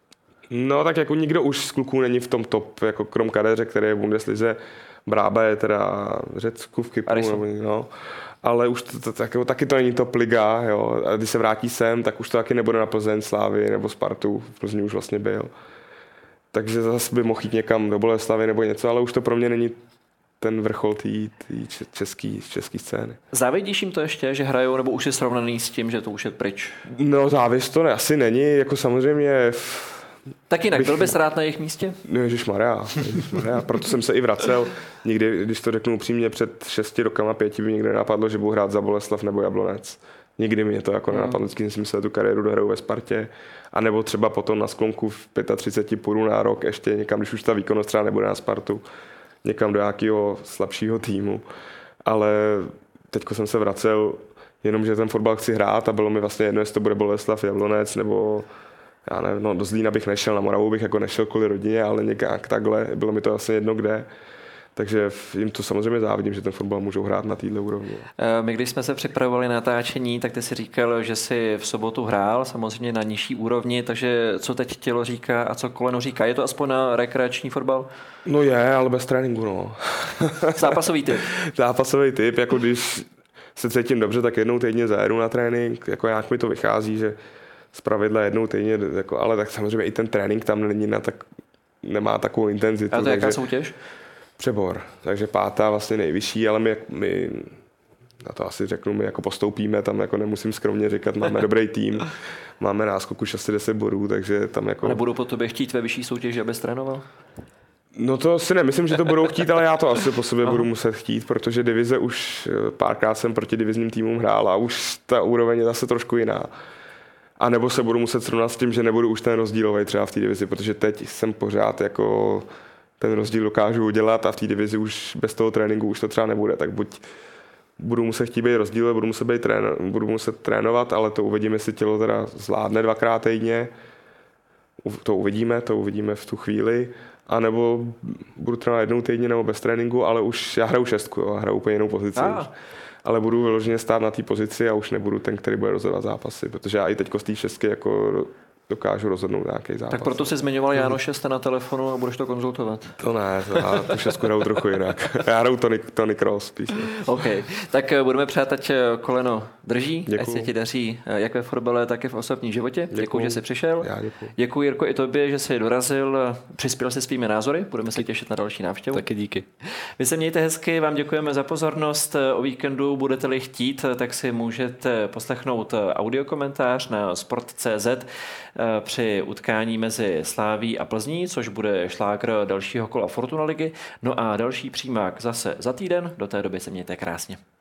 No tak jako nikdo už z kluků není v tom top, jako krom Kadeře, který je v Bundeslize. Brába je teda v Řecku, v Kypru, no. Ale už to, to, to, jako, taky to není top liga, jo. A když se vrátí sem, tak už to taky nebude na Plzeň, Slávy nebo Spartu, v Plzni už vlastně byl. Takže zase by mohl jít někam do Boleslavy nebo něco, ale už to pro mě není ten vrchol té české český scény. Závidíš jim to ještě, že hrajou, nebo už je srovnaný s tím, že to už je pryč? No závis to ne, asi není, jako samozřejmě... Tak jinak, bych... byl bys rád na jejich místě? No ježišmarja, ježišmarja, proto jsem se i vracel. Nikdy, když to řeknu upřímně, před šesti rokama, pěti by nikdy nenapadlo, že budu hrát za Boleslav nebo Jablonec. Nikdy mě to jako nenapadlo, vždycky jsem si myslel, tu kariéru dohraju ve Spartě. A nebo třeba potom na sklonku v třiceti pěti půjdu na rok ještě někam, když už ta výkonnost třeba nebude na Spartu, někam do nějakého slabšího týmu. Ale teďko jsem se vracel, jenom že ten fotbal chci hrát a bylo mi vlastně jedno, jestli to bude Boleslav, Jablonec nebo já nevím, no do Zlína bych nešel, na Moravu bych jako nešel kvůli rodině, ale nějak takhle, bylo mi to vlastně jedno kde. Takže jim to samozřejmě závidím, že ten fotbal můžou hrát na této úrovni. My když jsme se připravovali na natáčení, tak ty si říkal, že jsi v sobotu hrál, samozřejmě na nižší úrovni, takže co teď tělo říká a co koleno říká? Je to aspoň na rekreační fotbal? No je, ale bez tréninku, no. Zápasový typ. Zápasový typ, jako když se cítím dobře, tak jednou týdně zajedu na trénink, jako nějak mi to vychází, že zpravidla jednou týdně, jako, ale tak samozřejmě i ten trénink tam není na tak, nemá takovou intenzitu. A to je jaká soutěž? Přebor, takže pátá vlastně nejvyšší, ale my, my na to asi řeknu, my jako postoupíme, tam jako nemusím skromně říkat, máme dobrý tým, máme náskok už asi deset bodů, takže tam jako... Nebudou po tobě chtít ve vyšší soutěži, abys trénoval? No to si nemyslím, že to budou chtít, ale já to asi po sobě Aha. budu muset chtít, protože divize už párkrát jsem proti divizním týmům hrál a už ta úroveň je zase trošku jiná. A nebo se budu muset srovnat s tím, že nebudu už ten rozdílový třeba v té divizi, protože teď jsem pořád jako ten rozdíl dokážu udělat a v té divizi už bez toho tréninku už to třeba nebude, tak buď budu muset chtít být rozdíl, budu muset, být trén, budu muset trénovat, ale to uvidíme, jestli tělo teda zvládne dvakrát týdně, to uvidíme, to uvidíme v tu chvíli, a nebo budu trénovat jednou týdně nebo bez tréninku, ale už já hraju šestku, jo, hraju úplně jinou pozici. Ah. Ale budu vyloženě stát na té pozici a už nebudu ten, který bude rozhodovat zápasy, protože já i teďko z té šestky jako dokážu rozhodnout nějaký zápas. Tak proto jsi zmiňoval Jánoše, jste na telefonu a budeš to konzultovat. To ne, to já tu šestku hraju trochu jinak. Já hraju Tony, Tony Cross spíš. OK, tak budeme přát, ať koleno drží, děkuju. Ať se ti daří jak ve fotbale, tak i v osobním životě. Děkuji, že jsi přišel. Já děkuji. Děkuji, Jirko, i tobě, že jsi dorazil, přispěl se svými názory, budeme se těšit na další návštěvu. Taky díky. Vy se mějte hezky, vám děkujeme za pozornost. O víkendu budete-li chtít, tak si můžete poslechnout audiokomentář na sport tečka cé zet. při utkání mezi Slaví a Plzní, což bude šlágr dalšího kola Fortuna ligy. No a další přímák zase za týden. Do té doby se mějte krásně.